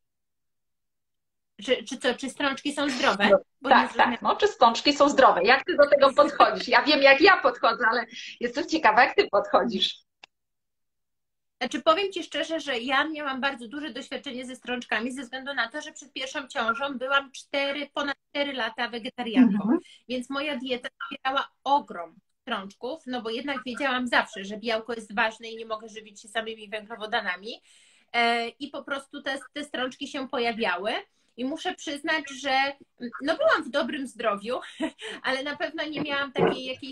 Czy strączki są zdrowe? Bo tak. No, czy strączki są zdrowe? Jak ty do tego podchodzisz? Ja wiem, jak ja podchodzę, ale jestem ciekawa, jak ty podchodzisz. Znaczy, powiem Ci szczerze, że ja miałam bardzo duże doświadczenie ze strączkami ze względu na to, że przed pierwszą ciążą byłam ponad 4 lata wegetarianką, więc moja dieta zawierała ogrom strączków, no bo jednak wiedziałam zawsze, że białko jest ważne i nie mogę żywić się samymi węglowodanami i po prostu te strączki się pojawiały. I muszę przyznać, że no byłam w dobrym zdrowiu, ale na pewno nie miałam takiej jakiejś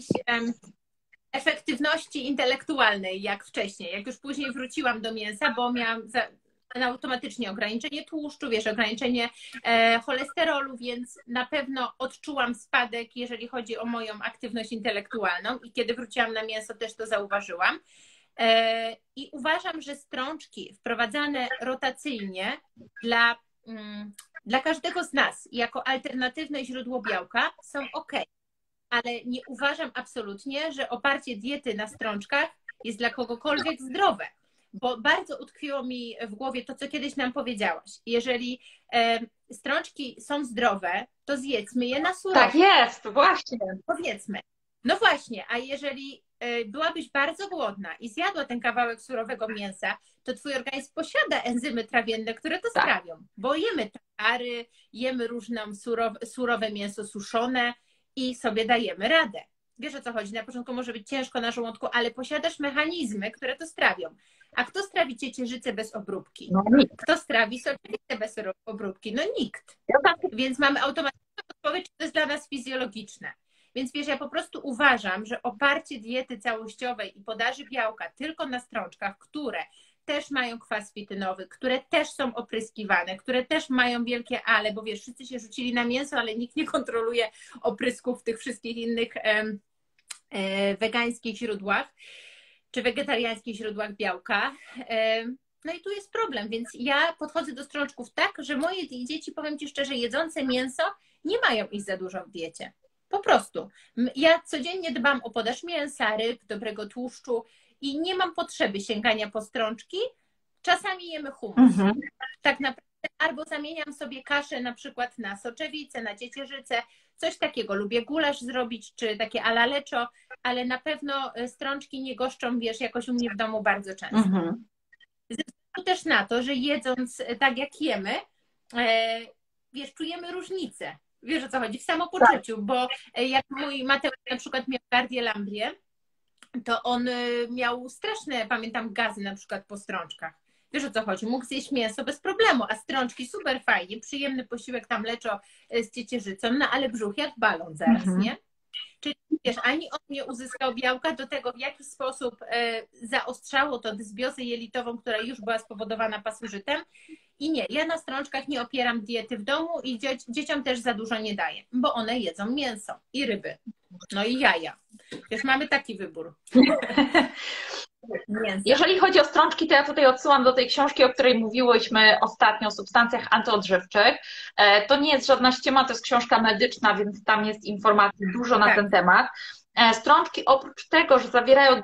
efektywności intelektualnej jak wcześniej. Jak już później wróciłam do mięsa, bo automatycznie ograniczenie tłuszczu, wiesz, ograniczenie cholesterolu, więc na pewno odczułam spadek, jeżeli chodzi o moją aktywność intelektualną i kiedy wróciłam na mięso, też to zauważyłam. I uważam, że strączki wprowadzane rotacyjnie dla każdego z nas jako alternatywne źródło białka są ok, ale nie uważam absolutnie, że oparcie diety na strączkach jest dla kogokolwiek zdrowe, bo bardzo utkwiło mi w głowie to, co kiedyś nam powiedziałaś. Jeżeli strączki są zdrowe, to zjedzmy je na surowo. Tak jest, właśnie. Powiedzmy. No właśnie, a jeżeli byłabyś bardzo głodna i zjadła ten kawałek surowego mięsa, to twój organizm posiada enzymy trawienne, które to strawią, bo jemy tartary, jemy różne surowe mięso suszone i sobie dajemy radę. Wiesz, o co chodzi? Na początku może być ciężko na żołądku, ale posiadasz mechanizmy, które to strawią. A kto strawi ciecierzycę bez obróbki? No, nikt. Kto strawi soczewicę bez obróbki? No nikt. Więc mamy automatyczną odpowiedź, czy to jest dla nas fizjologiczne. Więc wiesz, ja po prostu uważam, że oparcie diety całościowej i podaży białka tylko na strączkach, które też mają kwas fitynowy, które też są opryskiwane, które też mają wielkie ale, bo wiesz, wszyscy się rzucili na mięso, ale nikt nie kontroluje oprysków w tych wszystkich innych wegańskich źródłach czy wegetariańskich źródłach białka. No i tu jest problem, więc ja podchodzę do strączków tak, że moje dzieci, powiem Ci szczerze, jedzące mięso nie mają ich za dużo w diecie. Po prostu. Ja codziennie dbam o podaż mięsa, ryb, dobrego tłuszczu i nie mam potrzeby sięgania po strączki. Czasami jemy hummus. Tak naprawdę albo zamieniam sobie kaszę na przykład na soczewicę, na ciecierzycę, coś takiego. Lubię gulasz zrobić, czy takie ala leczo, ale na pewno strączki nie goszczą, wiesz, jakoś u mnie w domu bardzo często. Ze względu też na to, że jedząc tak jak jemy, wiesz, czujemy różnicę. Wiesz, o co chodzi? W samopoczuciu, bo jak mój Mateusz na przykład miał gardię lambrię, to on miał straszne, pamiętam, gazy na przykład po strączkach. Wiesz, o co chodzi? Mógł zjeść mięso bez problemu, a strączki super fajnie, przyjemny posiłek tam leczo z ciecierzycą, no ale brzuch jak balon zaraz, nie? Czyli wiesz, ani on nie uzyskał białka, do tego w jaki sposób zaostrzało to dysbiozę jelitową, która już była spowodowana pasożytem. I nie, ja na strączkach nie opieram diety w domu i dzieciom też za dużo nie daję, bo one jedzą mięso i ryby, no i jaja. Wiesz, mamy taki wybór. Jeżeli chodzi o strączki, to ja tutaj odsyłam do tej książki, o której mówiłyśmy ostatnio, o substancjach antyodżywczych. To nie jest żadna ściema, to jest książka medyczna, więc tam jest informacji dużo na ten temat. Strączki oprócz tego, że zawierają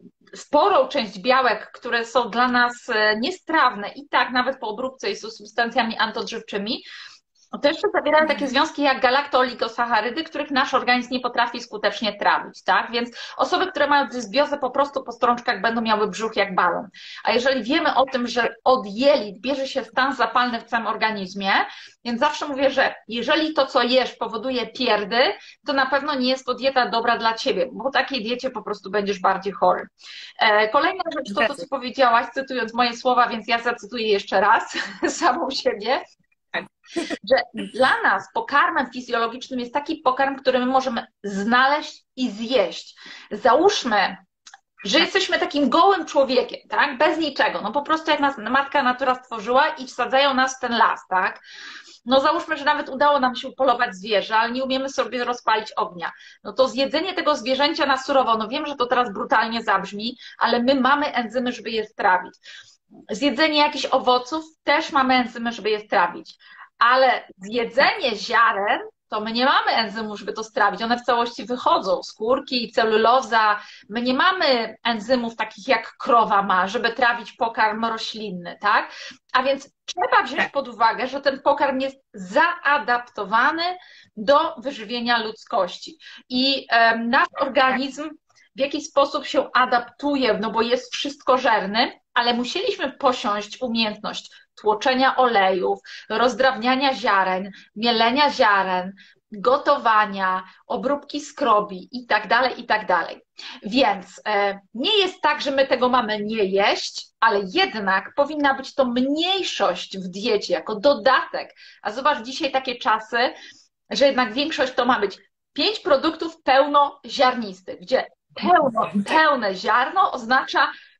sporą część białek, które są dla nas niestrawne i tak nawet po obróbce i są substancjami antyodżywczymi, to jeszcze zawierają takie związki jak galaktooligosacharydy, których nasz organizm nie potrafi skutecznie trawić, tak? Więc osoby, które mają dysbiozę, po prostu po strączkach będą miały brzuch jak balon. A jeżeli wiemy o tym, że od jelit bierze się stan zapalny w całym organizmie, więc zawsze mówię, że jeżeli to, co jesz, powoduje pierdy, to na pewno nie jest to dieta dobra dla ciebie, bo po takiej diecie po prostu będziesz bardziej chory. Kolejna rzecz to, co powiedziałaś, cytując moje słowa, więc ja zacytuję jeszcze raz samą siebie, że dla nas pokarmem fizjologicznym jest taki pokarm, który my możemy znaleźć i zjeść. Załóżmy, że jesteśmy takim gołym człowiekiem, tak? Bez niczego. No po prostu jak nas matka natura stworzyła i wsadzają nas w ten las, tak? No załóżmy, że nawet udało nam się upolować zwierzę, ale nie umiemy sobie rozpalić ognia. No to zjedzenie tego zwierzęcia na surowo, no wiem, że to teraz brutalnie zabrzmi, ale my mamy enzymy, żeby je strawić. Zjedzenie jakichś owoców, też mamy enzymy, żeby je strawić. Ale zjedzenie ziaren, to my nie mamy enzymów, żeby to strawić. One w całości wychodzą, skórki, celuloza. My nie mamy enzymów takich jak krowa ma, żeby trawić pokarm roślinny, tak? A więc trzeba wziąć pod uwagę, że ten pokarm jest zaadaptowany do wyżywienia ludzkości. I nasz organizm w jakiś sposób się adaptuje, no bo jest wszystkożerny, ale musieliśmy posiąść umiejętność tłoczenia olejów, rozdrabniania ziaren, mielenia ziaren, gotowania, obróbki skrobi i tak dalej, i tak dalej. Więc nie jest tak, że my tego mamy nie jeść, ale jednak powinna być to mniejszość w diecie, jako dodatek. A zobacz, dzisiaj takie czasy, że jednak większość to ma być 5 produktów pełnoziarnistych, gdzie pełne ziarno oznacza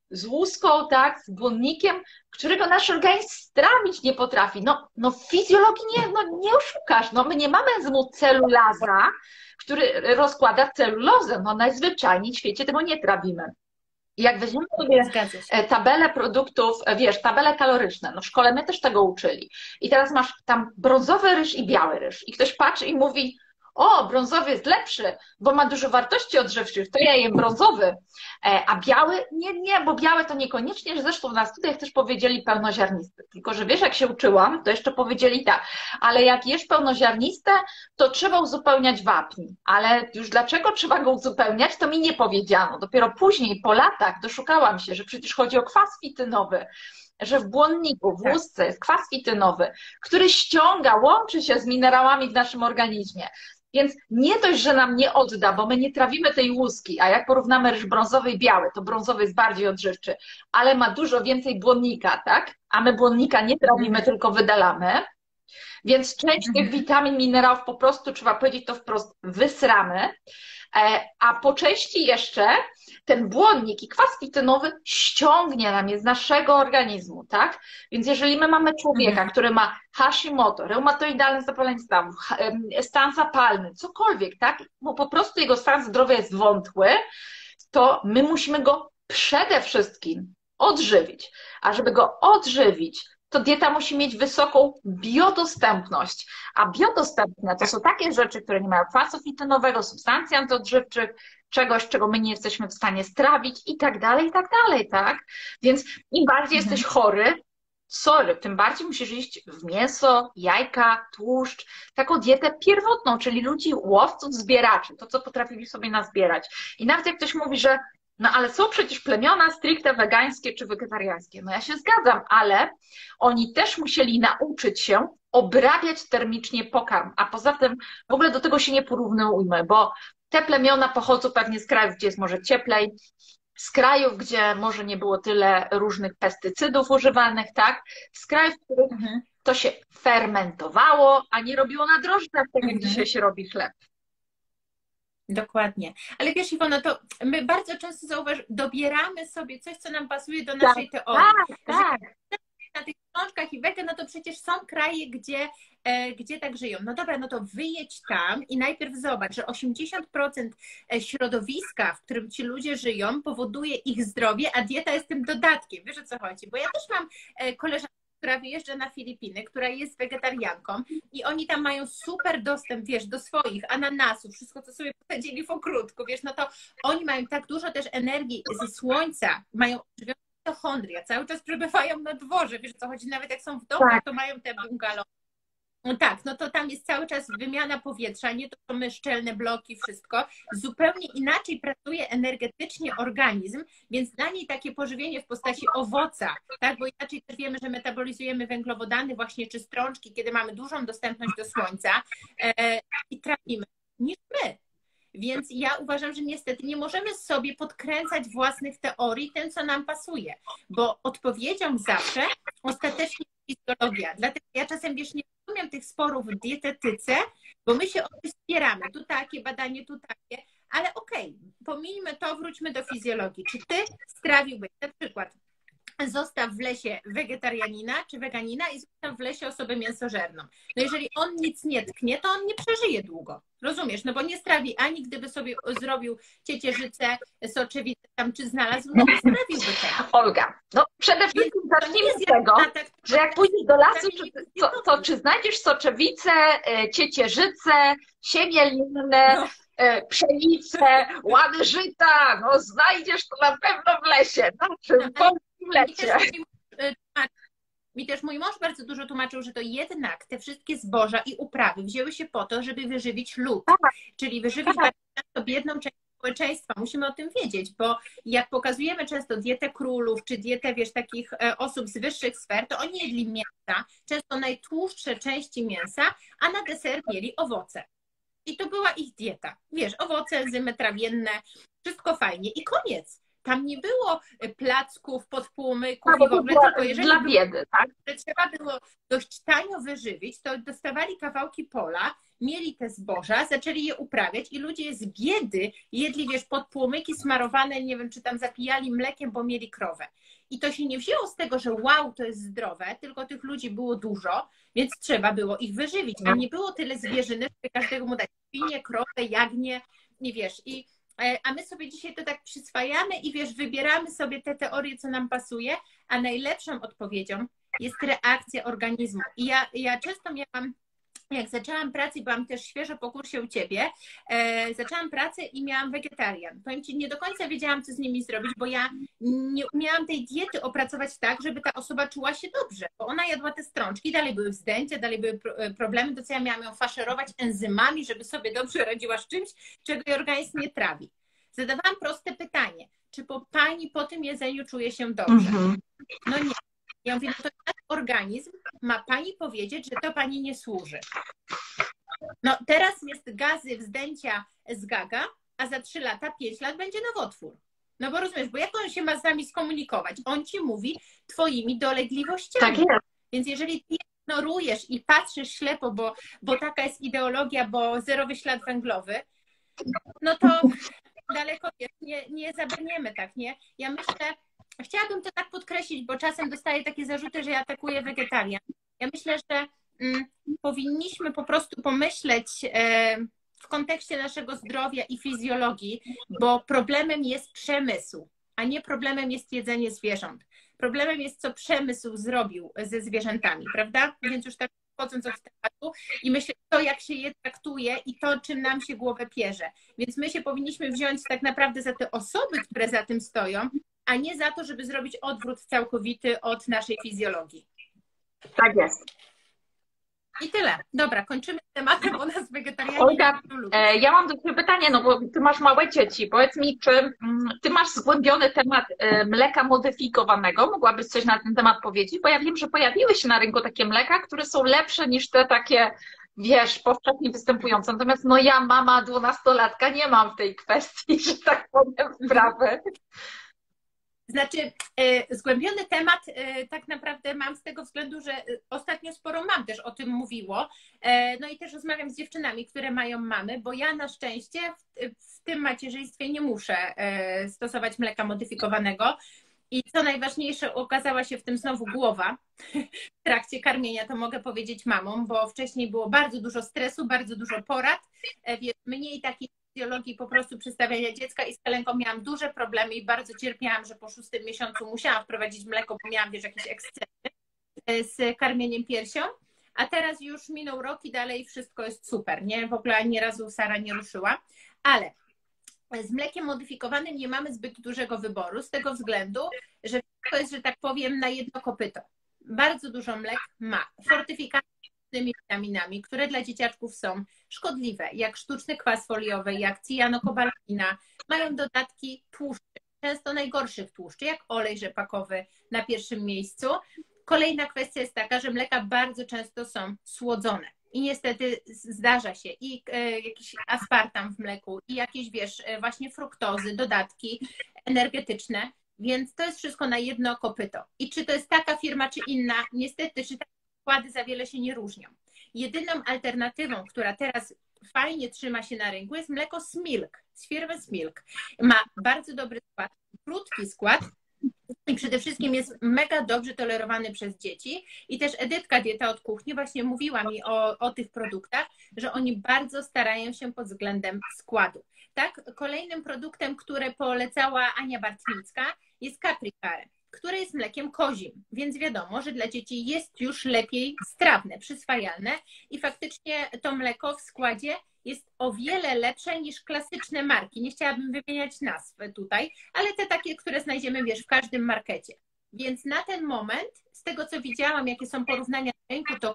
z łuską, tak, z błonnikiem, którego nasz organizm strawić nie potrafi. No fizjologii nie oszukasz. No my nie mamy enzymu celulaza, który rozkłada celulozę. No najzwyczajniej w świecie tego nie trawimy. I jak weźmiemy sobie tabelę produktów, wiesz, tabele kaloryczne, no w szkole my też tego uczyli. I teraz masz tam brązowy ryż i biały ryż. I ktoś patrzy i mówi, o, brązowy jest lepszy, bo ma dużo wartości odżywczych, to ja jem brązowy, a biały? Nie, bo białe to niekoniecznie, że zresztą na studiach też powiedzieli pełnoziarnisty. Tylko, że wiesz, jak się uczyłam, to jeszcze powiedzieli tak, ale jak jesz pełnoziarniste, to trzeba uzupełniać wapń. Ale już dlaczego trzeba go uzupełniać, to mi nie powiedziano. Dopiero później, po latach, doszukałam się, że przecież chodzi o kwas fitynowy, że w błonniku, w łusce jest kwas fitynowy, który ściąga, łączy się z minerałami w naszym organizmie. Więc nie dość, że nam nie odda, bo my nie trawimy tej łuski, a jak porównamy ryż brązowy i biały, to brązowy jest bardziej odżywczy, ale ma dużo więcej błonnika, tak? A my błonnika nie trawimy, tylko wydalamy. Więc część tych witamin, minerałów po prostu, trzeba powiedzieć to wprost, wysramy, a po części jeszcze ten błonnik i kwas fitynowy ściągnie nam je z naszego organizmu, tak? Więc jeżeli my mamy człowieka, który ma Hashimoto, reumatoidalne zapalenie stawów, stan zapalny, cokolwiek, tak? Bo po prostu jego stan zdrowia jest wątły, to my musimy go przede wszystkim odżywić. A żeby go odżywić, to dieta musi mieć wysoką biodostępność. A biodostępne to są takie rzeczy, które nie mają kwasu fitynowego, substancji antyodżywczych, czegoś, czego my nie jesteśmy w stanie strawić i tak dalej, tak? Więc im bardziej jesteś chory, tym bardziej musisz iść w mięso, jajka, tłuszcz, taką dietę pierwotną, czyli ludzi, łowców, zbieraczy, to co potrafili sobie nazbierać. I nawet jak ktoś mówi, że no ale są przecież plemiona stricte wegańskie czy wegetariańskie. No ja się zgadzam, ale oni też musieli nauczyć się obrabiać termicznie pokarm, a poza tym w ogóle do tego się nie porównujmy, bo te plemiona pochodzą pewnie z krajów, gdzie jest może cieplej, z krajów, gdzie może nie było tyle różnych pestycydów używanych, tak? Z krajów, w których to się fermentowało, a nie robiło na drożdżach, tak jak dzisiaj się robi chleb. Dokładnie. Ale wiesz, Iwona, to my bardzo często dobieramy sobie coś, co nam pasuje do naszej teorii. Tak. Na tych książkach i wege, no to przecież są kraje, gdzie tak żyją. No dobra, no to wyjedź tam i najpierw zobacz, że 80% środowiska, w którym ci ludzie żyją, powoduje ich zdrowie, a dieta jest tym dodatkiem. Wiesz, o co chodzi? Bo ja też mam koleżankę, która wyjeżdża na Filipiny, która jest wegetarianką i oni tam mają super dostęp, wiesz, do swoich ananasów, wszystko, co sobie posadzili w ogródku, wiesz, no to oni mają tak dużo też energii ze słońca, mają mitochondria, cały czas przebywają na dworze, wiesz, o co chodzi, nawet jak są w domu, to mają te bungalow. No tak, no to tam jest cały czas wymiana powietrza, nie to są szczelne bloki, wszystko. Zupełnie inaczej pracuje energetycznie organizm, więc dla niej takie pożywienie w postaci owoca, tak, bo inaczej też wiemy, że metabolizujemy węglowodany właśnie czy strączki, kiedy mamy dużą dostępność do słońca i trafimy niż my. Więc ja uważam, że niestety nie możemy sobie podkręcać własnych teorii tym, co nam pasuje, bo odpowiedzią zawsze ostatecznie jest fizjologia. Dlatego ja czasem, wiesz, nie rozumiem tych sporów w dietetyce, bo my się o coś spieramy. Tu takie badanie, tu takie, ale okej, pomijmy to, wróćmy do fizjologii. Czy ty strawiłbyś na przykład zostaw w lesie wegetarianina czy weganina i zostaw w lesie osobę mięsożerną. No jeżeli on nic nie tknie, to on nie przeżyje długo. Rozumiesz? No bo nie strawi ani gdyby sobie zrobił ciecierzycę, soczewicę tam czy znalazł, no nie strawiłby tego. Olga, no przede wszystkim zacznijmy z tego, że jak pójdziesz do lasu, czy znajdziesz soczewicę, ciecierzycę, siemię linne, pszenicę, łany żyta, no znajdziesz to na pewno w lesie. Mi też mój mąż bardzo dużo tłumaczył, że to jednak te wszystkie zboża i uprawy wzięły się po to, żeby wyżywić lud, czyli wyżywić bardzo biedną część społeczeństwa. Musimy o tym wiedzieć, bo jak pokazujemy często dietę królów, czy dietę, wiesz, takich osób z wyższych sfer, to oni jedli mięsa, często najtłustsze części mięsa, a na deser mieli owoce. I to była ich dieta. Wiesz, owoce, enzymy trawienne, wszystko fajnie i koniec. tam nie było placków, podpłomyków bo i w to ogóle, była tylko jeżeli dla biedy, tak? trzeba było dość tanio wyżywić, to dostawali kawałki pola, mieli te zboża, zaczęli je uprawiać i ludzie z biedy jedli, wiesz, podpłomyki smarowane, nie wiem, czy tam zapijali mlekiem, bo mieli krowę. I to się nie wzięło z tego, że wow, to jest zdrowe, tylko tych ludzi było dużo, więc trzeba było ich wyżywić, a nie było tyle zwierzyny, żeby każdego mu dać świnie, krowę, jagnię, nie wiesz. A my sobie dzisiaj to tak przyswajamy i wiesz, wybieramy sobie te teorie, co nam pasuje, a najlepszą odpowiedzią jest reakcja organizmu. I ja często miałam, jak zaczęłam pracę, byłam też świeżo po kursie u Ciebie, zaczęłam pracę i miałam wegetarian. Powiem Ci, nie do końca wiedziałam, co z nimi zrobić, bo ja nie umiałam tej diety opracować tak, żeby ta osoba czuła się dobrze, bo ona jadła te strączki, dalej były wzdęcia, dalej były problemy, to co ja miałam ją faszerować enzymami, żeby sobie dobrze radziła z czymś, czego jej organizm nie trawi. Zadawałam proste pytanie, czy Pani po tym jedzeniu czuje się dobrze? No nie. Ja mówię, no to nasz organizm ma Pani powiedzieć, że to Pani nie służy. No teraz jest gazy, wzdęcia, zgaga, a za 3 lata, 5 lat będzie nowotwór. No bo rozumiesz, bo jak on się ma z nami skomunikować? On Ci mówi Twoimi dolegliwościami. Tak jest. Więc jeżeli Ty ignorujesz i patrzysz ślepo, bo taka jest ideologia, bo zerowy ślad węglowy, no to daleko nie zabrniemy, tak, nie? Ja myślę, chciałabym to tak podkreślić, bo czasem dostaję takie zarzuty, że ja atakuję wegetarian. Ja myślę, że powinniśmy po prostu pomyśleć w kontekście naszego zdrowia i fizjologii, bo problemem jest przemysł, a nie problemem jest jedzenie zwierząt. Problemem jest, co przemysł zrobił ze zwierzętami, prawda? Więc już tak wchodząc od tematu i myślę, to jak się je traktuje i to, czym nam się głowę pierze. Więc my się powinniśmy wziąć tak naprawdę za te osoby, które za tym stoją, a nie za to, żeby zrobić odwrót całkowity od naszej fizjologii. Tak jest. I tyle. Dobra, kończymy tematem o nas wegetarianie. Olga, ja mam do Ciebie pytanie, no bo Ty masz małe dzieci. Powiedz mi, czy Ty masz zgłębiony temat mleka modyfikowanego? Mogłabyś coś na ten temat powiedzieć? Bo ja wiem, że pojawiły się na rynku takie mleka, które są lepsze niż te takie, wiesz, powszechnie występujące. Natomiast no ja, mama 12-latka, nie mam w tej kwestii, że tak powiem, wprawy. Znaczy, zgłębiony temat tak naprawdę mam z tego względu, że ostatnio sporo mam też o tym mówiło. No i też rozmawiam z dziewczynami, które mają mamy, bo ja na szczęście w tym macierzyństwie nie muszę stosować mleka modyfikowanego. I co najważniejsze, okazała się w tym znowu głowa w trakcie karmienia, to mogę powiedzieć mamom, bo wcześniej było bardzo dużo stresu, bardzo dużo porad, więc mniej takiej fizjologii po prostu przystawiania dziecka i z Helenką miałam duże problemy i bardzo cierpiałam, że po 6. miesiącu musiałam wprowadzić mleko, bo miałam, wiesz, jakieś ekscesy z karmieniem piersią, a teraz już minął rok i dalej wszystko jest super, nie? W ogóle ani razu Sara nie ruszyła, ale z mlekiem modyfikowanym nie mamy zbyt dużego wyboru z tego względu, że to jest, że tak powiem, na jedno kopyto. Bardzo dużo mlek ma fortyfikację z witaminami, które dla dzieciaczków są szkodliwe, jak sztuczny kwas foliowy, jak cyjanokobalamina. Mają dodatki tłuszczy, często najgorszych tłuszczy, jak olej rzepakowy na pierwszym miejscu. Kolejna kwestia jest taka, że mleka bardzo często są słodzone. I niestety zdarza się i jakiś aspartam w mleku, i jakieś, wiesz, właśnie fruktozy, dodatki energetyczne, więc to jest wszystko na jedno kopyto. I czy to jest taka firma, czy inna, niestety, czy te składy za wiele się nie różnią. Jedyną alternatywą, która teraz fajnie trzyma się na rynku, jest mleko Smilk, z firmy Smilk. Ma bardzo dobry skład, krótki skład, i przede wszystkim jest mega dobrze tolerowany przez dzieci. I też Edytka, dieta od kuchni, właśnie mówiła mi o tych produktach, że oni bardzo starają się pod względem składu. Tak, kolejnym produktem, które polecała Ania Bartnicka, jest Capri Care, które jest mlekiem kozim, więc wiadomo, że dla dzieci jest już lepiej strawne, przyswajalne i faktycznie to mleko w składzie jest o wiele lepsze niż klasyczne marki. Nie chciałabym wymieniać nazw tutaj, ale te takie, które znajdziemy, wiesz, w każdym markecie. Więc na ten moment, z tego co widziałam, jakie są porównania na rynku, to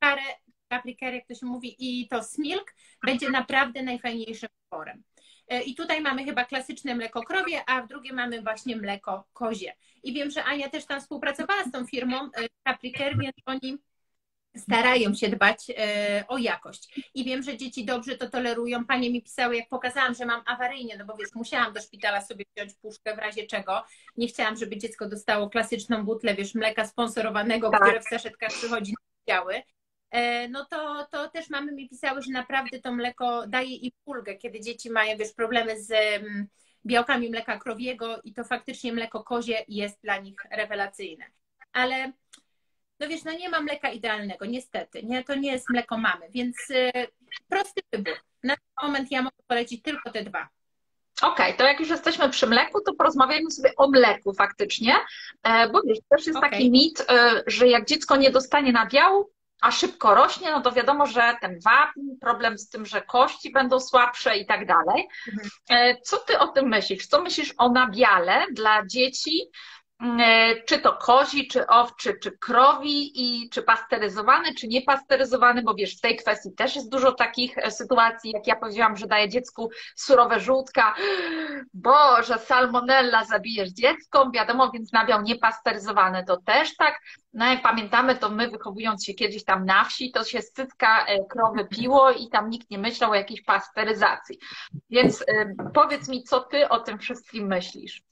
Capri Care, jak to się mówi, i to Smilk będzie naprawdę najfajniejszym wyborem. I tutaj mamy chyba klasyczne mleko krowie, a w drugie mamy właśnie mleko kozie. I wiem, że Ania też tam współpracowała z tą firmą Capri Care, więc oni starają się dbać o jakość. I wiem, że dzieci dobrze to tolerują. Panie mi pisały, jak pokazałam, że mam awaryjnie, no bo wiesz, musiałam do szpitala sobie wziąć puszkę w razie czego. Nie chciałam, żeby dziecko dostało klasyczną butlę, wiesz, mleka sponsorowanego, Tak. które w saszetkach przychodzi na biały. No to też mamy mi pisały, że naprawdę to mleko daje im ulgę, kiedy dzieci mają, wiesz, problemy z białkami mleka krowiego i to faktycznie mleko kozie jest dla nich rewelacyjne. Ale no wiesz, no nie ma mleka idealnego, niestety. Nie, to nie jest mleko mamy, więc prosty wybór. Na ten moment ja mogę polecić tylko te dwa. Okej, to jak już jesteśmy przy mleku, to porozmawiajmy sobie o mleku faktycznie, bo wiesz, też jest taki mit, że jak dziecko nie dostanie nabiału, a szybko rośnie, no to wiadomo, że ten wapń, problem z tym, że kości będą słabsze i tak dalej. Co ty o tym myślisz? Co myślisz o nabiale dla dzieci? Czy to kozi, czy owczy, czy krowi i czy pasteryzowany, czy niepasteryzowany, bo wiesz, w tej kwestii też jest dużo takich sytuacji, jak ja powiedziałam, że daję dziecku surowe żółtka, Boże, salmonella, zabijesz dziecko, wiadomo, więc nabiał niepasteryzowany to też tak. No jak pamiętamy, to my wychowując się kiedyś tam na wsi, to się z cycka krowy piło i tam nikt nie myślał o jakiejś pasteryzacji. Więc powiedz mi, co ty o tym wszystkim myślisz?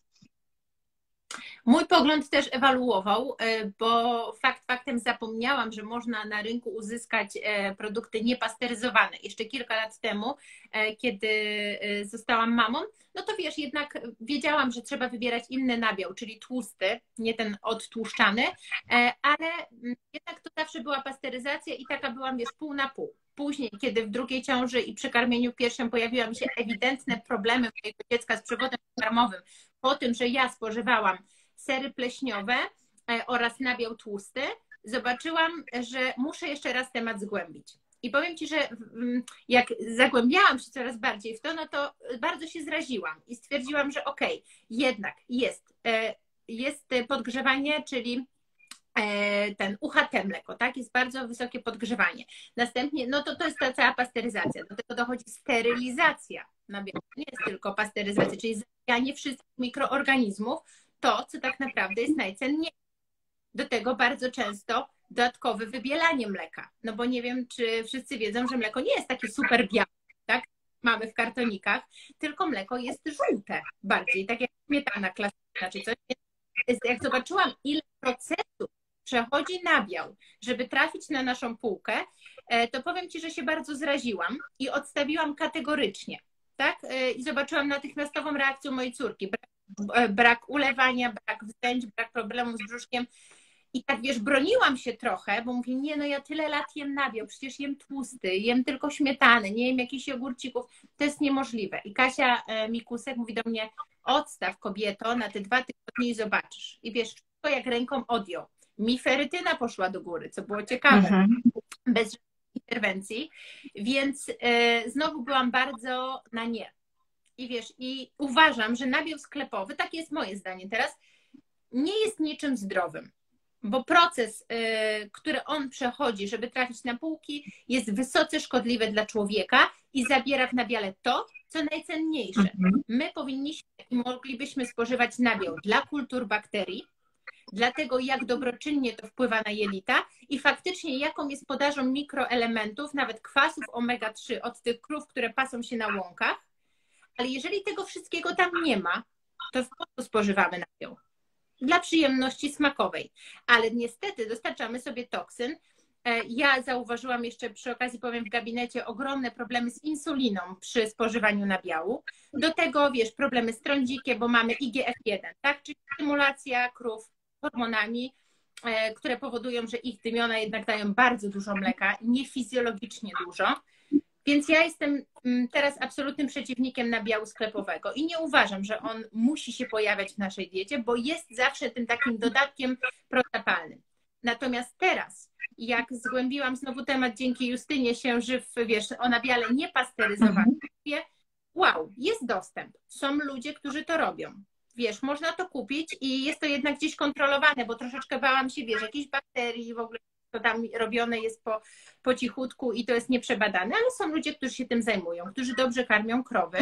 Mój pogląd też ewaluował, bo faktem zapomniałam, że można na rynku uzyskać produkty niepasteryzowane. Jeszcze kilka lat temu, kiedy zostałam mamą, no to wiesz, jednak wiedziałam, że trzeba wybierać inny nabiał, czyli tłusty, nie ten odtłuszczany, ale jednak to zawsze była pasteryzacja i taka byłam, wiesz, pół na pół. Później, kiedy w drugiej ciąży i przy karmieniu piersią pojawiły mi się ewidentne problemy mojego dziecka z przewodem pokarmowym, po tym, że ja spożywałam sery pleśniowe oraz nabiał tłusty, zobaczyłam, że muszę jeszcze raz temat zgłębić. I powiem Ci, że jak zagłębiałam się coraz bardziej w to, no to bardzo się zraziłam i stwierdziłam, że okej, jednak jest podgrzewanie, czyli ten UHT mleko, tak? Jest bardzo wysokie podgrzewanie. Następnie, no to jest ta cała pasteryzacja. Do tego dochodzi sterylizacja nabiału. Nie jest tylko pasteryzacja, czyli zabijanie wszystkich mikroorganizmów, to, co tak naprawdę jest najcenniejsze. Do tego bardzo często dodatkowe wybielanie mleka. No bo nie wiem, czy wszyscy wiedzą, że mleko nie jest takie super białe, tak? Mamy w kartonikach, tylko mleko jest żółte bardziej, tak jak śmietana klasyczna czy coś. Jak zobaczyłam, ile procesów przechodzi nabiał, żeby trafić na naszą półkę, to powiem Ci, że się bardzo zraziłam i odstawiłam kategorycznie, tak? I zobaczyłam natychmiastową reakcję mojej córki. Brak ulewania, brak wzdęć, brak problemów z brzuszkiem. I tak, wiesz, broniłam się trochę, bo mówię, nie, no ja tyle lat jem nabiał, przecież jem tłusty, jem tylko śmietany, nie jem jakichś jogurcików, to jest niemożliwe. I Kasia Mikusek mówi do mnie, odstaw kobieto na te 2 tygodnie i zobaczysz. I wiesz, wszystko jak ręką odjął. Mi ferytyna poszła do góry, co było ciekawe, bez interwencji, więc znowu byłam bardzo na nie. I wiesz, i uważam, że nabiał sklepowy, takie jest moje zdanie teraz, nie jest niczym zdrowym, bo proces, który on przechodzi, żeby trafić na półki, jest wysoce szkodliwy dla człowieka i zabiera w nabiale to, co najcenniejsze. My powinniśmy i moglibyśmy spożywać nabiał dla kultur bakterii, dlatego jak dobroczynnie to wpływa na jelita i faktycznie jaką jest podażą mikroelementów, nawet kwasów omega-3 od tych krów, które pasą się na łąkach, ale jeżeli tego wszystkiego tam nie ma, to po co spożywamy nabiał? Dla przyjemności smakowej. Ale niestety dostarczamy sobie toksyn. Ja zauważyłam jeszcze przy okazji, powiem, w gabinecie ogromne problemy z insuliną przy spożywaniu nabiału. Do tego, wiesz, problemy z trądzikiem, bo mamy IGF-1, tak? Czyli stymulacja krów hormonami, które powodują, że ich dymiona jednak dają bardzo dużo mleka, niefizjologicznie dużo. Więc ja jestem teraz absolutnym przeciwnikiem nabiału sklepowego i nie uważam, że on musi się pojawiać w naszej diecie, bo jest zawsze tym takim dodatkiem prozapalnym. Natomiast teraz, jak zgłębiłam znowu temat dzięki Justynie Siężyw, wiesz, o nabiale niepasteryzowanym, wow, jest dostęp. Są ludzie, którzy to robią. Wiesz, można to kupić i jest to jednak gdzieś kontrolowane, bo troszeczkę bałam się, wiesz, jakichś bakterii w ogóle, to tam robione jest po cichutku i to jest nieprzebadane, ale są ludzie, którzy się tym zajmują, którzy dobrze karmią krowy.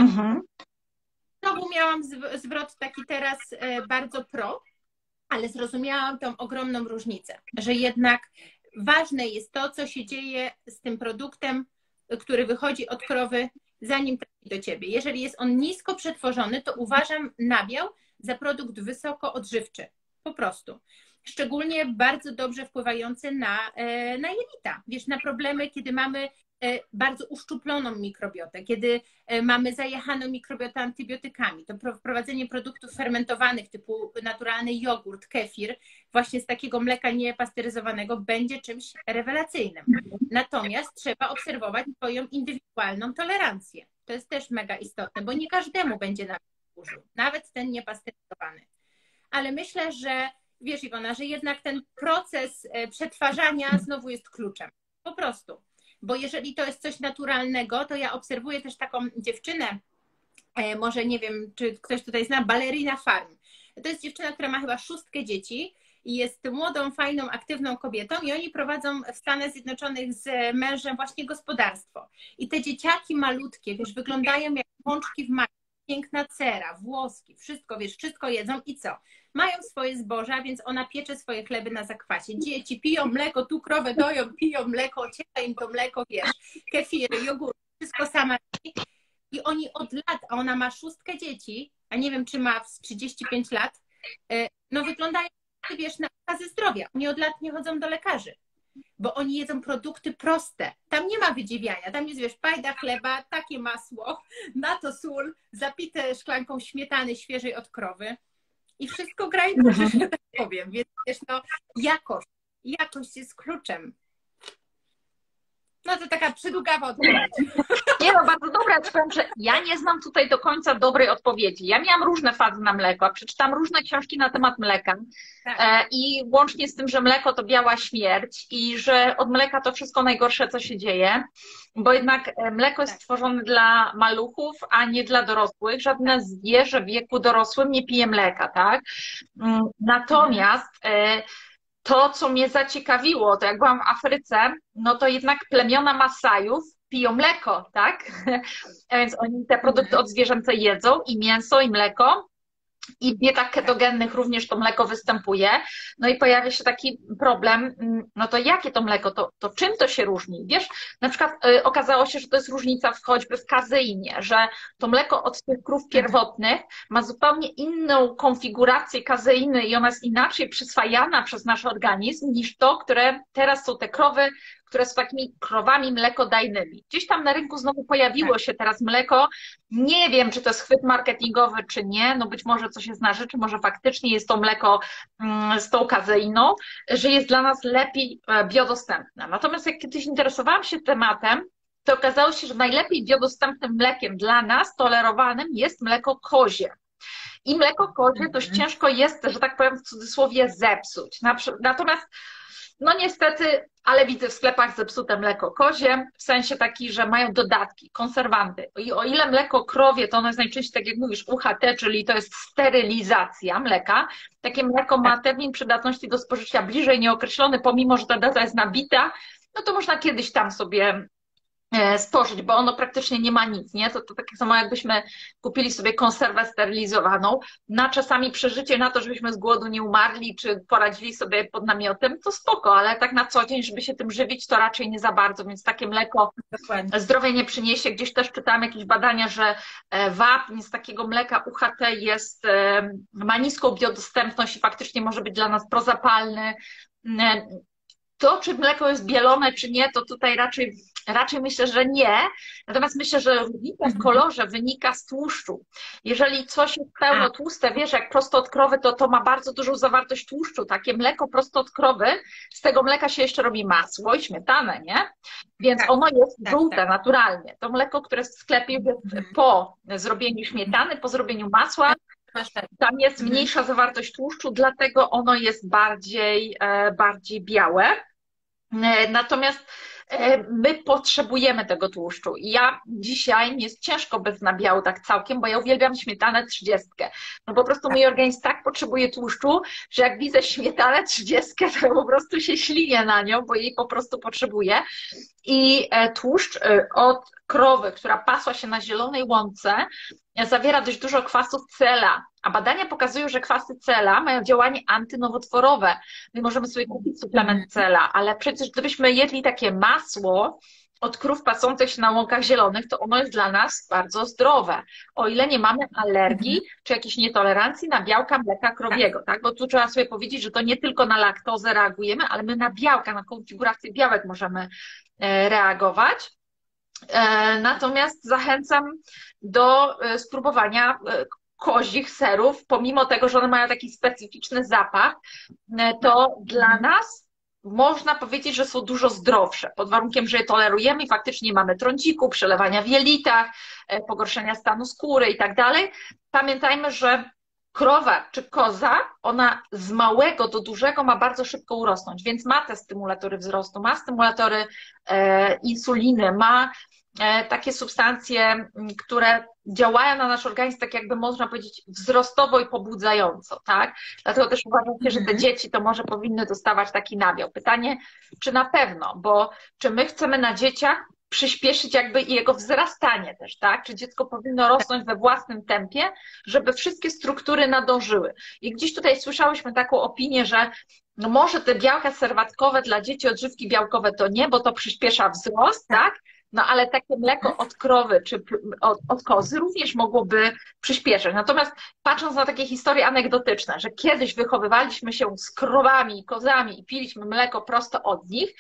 Znowu miałam zwrot taki teraz bardzo pro, ale zrozumiałam tą ogromną różnicę, że jednak ważne jest to, co się dzieje z tym produktem, który wychodzi od krowy, zanim trafi do ciebie. Jeżeli jest on nisko przetworzony, to uważam nabiał za produkt wysoko odżywczy. Po prostu. Szczególnie bardzo dobrze wpływający na jelita. Wiesz, na problemy, kiedy mamy bardzo uszczuploną mikrobiotę, kiedy mamy zajechaną mikrobiotę antybiotykami, to wprowadzenie produktów fermentowanych typu naturalny jogurt, kefir, właśnie z takiego mleka niepasteryzowanego będzie czymś rewelacyjnym. Natomiast trzeba obserwować swoją indywidualną tolerancję. To jest też mega istotne, bo nie każdemu będzie służył, nawet ten niepasteryzowany. Ale myślę, że wiesz, Iwona, że jednak ten proces przetwarzania znowu jest kluczem. Po prostu. Bo jeżeli to jest coś naturalnego, to ja obserwuję też taką dziewczynę, może nie wiem, czy ktoś tutaj zna, Ballerina Farm. To jest dziewczyna, która ma chyba 6 dzieci i jest młodą, fajną, aktywną kobietą i oni prowadzą w Stanach Zjednoczonych z mężem właśnie gospodarstwo. I te dzieciaki malutkie, wiesz, wyglądają jak pączki w masie, piękna cera, włoski, wszystko, wiesz, wszystko jedzą i co? Mają swoje zboża, więc ona piecze swoje chleby na zakwasie. Dzieci piją mleko, tu krowę doją, piją mleko, ocieka im to mleko, wiesz, kefiry, jogurt, wszystko sama. I oni od lat, a ona ma 6 dzieci, a nie wiem, czy ma 35 lat, no wyglądają, wiesz, na okazy zdrowia. Oni od lat nie chodzą do lekarzy, bo oni jedzą produkty proste. Tam nie ma wydziwiania, tam jest, wiesz, pajda chleba, takie masło, na to sól, zapite szklanką śmietany świeżej od krowy i wszystko gra i dobrze, że tak powiem. Więc wiesz, no, jakość jest kluczem. No to taka przydługawa odpowiedź. Nie no, bardzo dobra. Ja ci powiem, że ja nie znam tutaj do końca dobrej odpowiedzi. Ja miałam różne fazy na mleko, przeczytałam różne książki na temat mleka i łącznie z tym, że mleko to biała śmierć i że od mleka to wszystko najgorsze, co się dzieje, bo jednak mleko jest stworzone dla maluchów, a nie dla dorosłych. Żadne zwierzę w wieku dorosłym nie pije mleka, tak? Natomiast to, co mnie zaciekawiło, to jak byłam w Afryce, no to jednak plemiona Masajów piją mleko, tak? A więc oni te produkty odzwierzęce jedzą i mięso, i mleko. I w dietach ketogennych również to mleko występuje. No i pojawia się taki problem, no to jakie to mleko, to czym to się różni? Wiesz, na przykład okazało się, że to jest różnica choćby w kazeinie, że to mleko od tych krów pierwotnych ma zupełnie inną konfigurację kazeiny i ona jest inaczej przyswajana przez nasz organizm niż to, które teraz są te krowy, które są takimi krowami mlekodajnymi. Gdzieś tam na rynku znowu pojawiło się teraz mleko. Nie wiem, czy to jest chwyt marketingowy, czy nie. No być może coś jest na rzeczy, może faktycznie jest to mleko z tą kazeiną, że jest dla nas lepiej biodostępne. Natomiast jak kiedyś interesowałam się tematem, to okazało się, że najlepiej biodostępnym mlekiem dla nas, tolerowanym, jest mleko kozie. I mleko kozie dość ciężko jest, że tak powiem w cudzysłowie, zepsuć. Natomiast no niestety, ale widzę w sklepach zepsute mleko kozie, w sensie taki, że mają dodatki, konserwanty. I o ile mleko krowie, to ono jest najczęściej, tak jak mówisz, UHT, czyli to jest sterylizacja mleka. Takie mleko ma termin przydatności do spożycia bliżej nieokreślony, pomimo że ta data jest nabita, no to można kiedyś tam sobie spożyć, bo ono praktycznie nie ma nic, nie? To tak samo jakbyśmy kupili sobie konserwę sterylizowaną, na czasami przeżycie na to, żebyśmy z głodu nie umarli, czy poradzili sobie pod namiotem, to spoko, ale tak na co dzień, żeby się tym żywić, to raczej nie za bardzo, więc takie mleko zdrowia nie przyniesie. Gdzieś też czytałam jakieś badania, że wapń z takiego mleka UHT ma niską biodostępność i faktycznie może być dla nas prozapalny. To, czy mleko jest bielone, czy nie, to tutaj raczej myślę, że nie. Natomiast myślę, że różnica w kolorze wynika z tłuszczu. Jeżeli coś jest pełno tłuste, wiesz, jak prosto od krowy, to ma bardzo dużą zawartość tłuszczu. Takie mleko prosto od krowy, z tego mleka się jeszcze robi masło i śmietanę, nie? Więc ono jest żółte naturalnie. To mleko, które jest w sklepie jest po zrobieniu śmietany, po zrobieniu masła, tam jest mniejsza zawartość tłuszczu, dlatego ono jest bardziej białe. Natomiast my potrzebujemy tego tłuszczu. I ja dzisiaj mi jest ciężko bez nabiału tak całkiem, bo ja uwielbiam śmietanę 30. No po prostu mój organizm tak potrzebuje tłuszczu, że jak widzę śmietanę 30, to ja po prostu się ślinię na nią, bo jej po prostu potrzebuję. I tłuszcz od krowy, która pasła się na zielonej łące, zawiera dość dużo kwasów cela, a badania pokazują, że kwasy cela mają działanie antynowotworowe. My możemy sobie kupić suplement cela, ale przecież gdybyśmy jedli takie masło od krów pasących się na łąkach zielonych, to ono jest dla nas bardzo zdrowe. O ile nie mamy alergii czy jakiejś nietolerancji na białka mleka krowiego, tak? Bo tu trzeba sobie powiedzieć, że to nie tylko na laktozę reagujemy, ale my na białka, na konfigurację białek możemy reagować. Natomiast zachęcam do spróbowania kozich serów, pomimo tego, że one mają taki specyficzny zapach, to dla nas można powiedzieć, że są dużo zdrowsze, pod warunkiem, że je tolerujemy i faktycznie mamy trądziku, przelewania w jelitach, pogorszenia stanu skóry i tak dalej. Pamiętajmy, że krowa czy koza, ona z małego do dużego ma bardzo szybko urosnąć, więc ma te stymulatory wzrostu, ma stymulatory insuliny, ma takie substancje, które działają na nasz organizm, tak jakby można powiedzieć wzrostowo i pobudzająco, tak? Dlatego też uważam, że te dzieci to może powinny dostawać taki nabiał. Pytanie, czy na pewno, bo czy my chcemy na dzieciach przyspieszyć jakby jego wzrastanie też, tak? Czy dziecko powinno rosnąć we własnym tempie, żeby wszystkie struktury nadążyły. I gdzieś tutaj słyszałyśmy taką opinię, że no może te białka serwatkowe dla dzieci, odżywki białkowe to nie, bo to przyspiesza wzrost, tak? No ale takie mleko od krowy czy od kozy również mogłoby przyspieszać. Natomiast patrząc na takie historie anegdotyczne, że kiedyś wychowywaliśmy się z krowami i kozami i piliśmy mleko prosto od nich,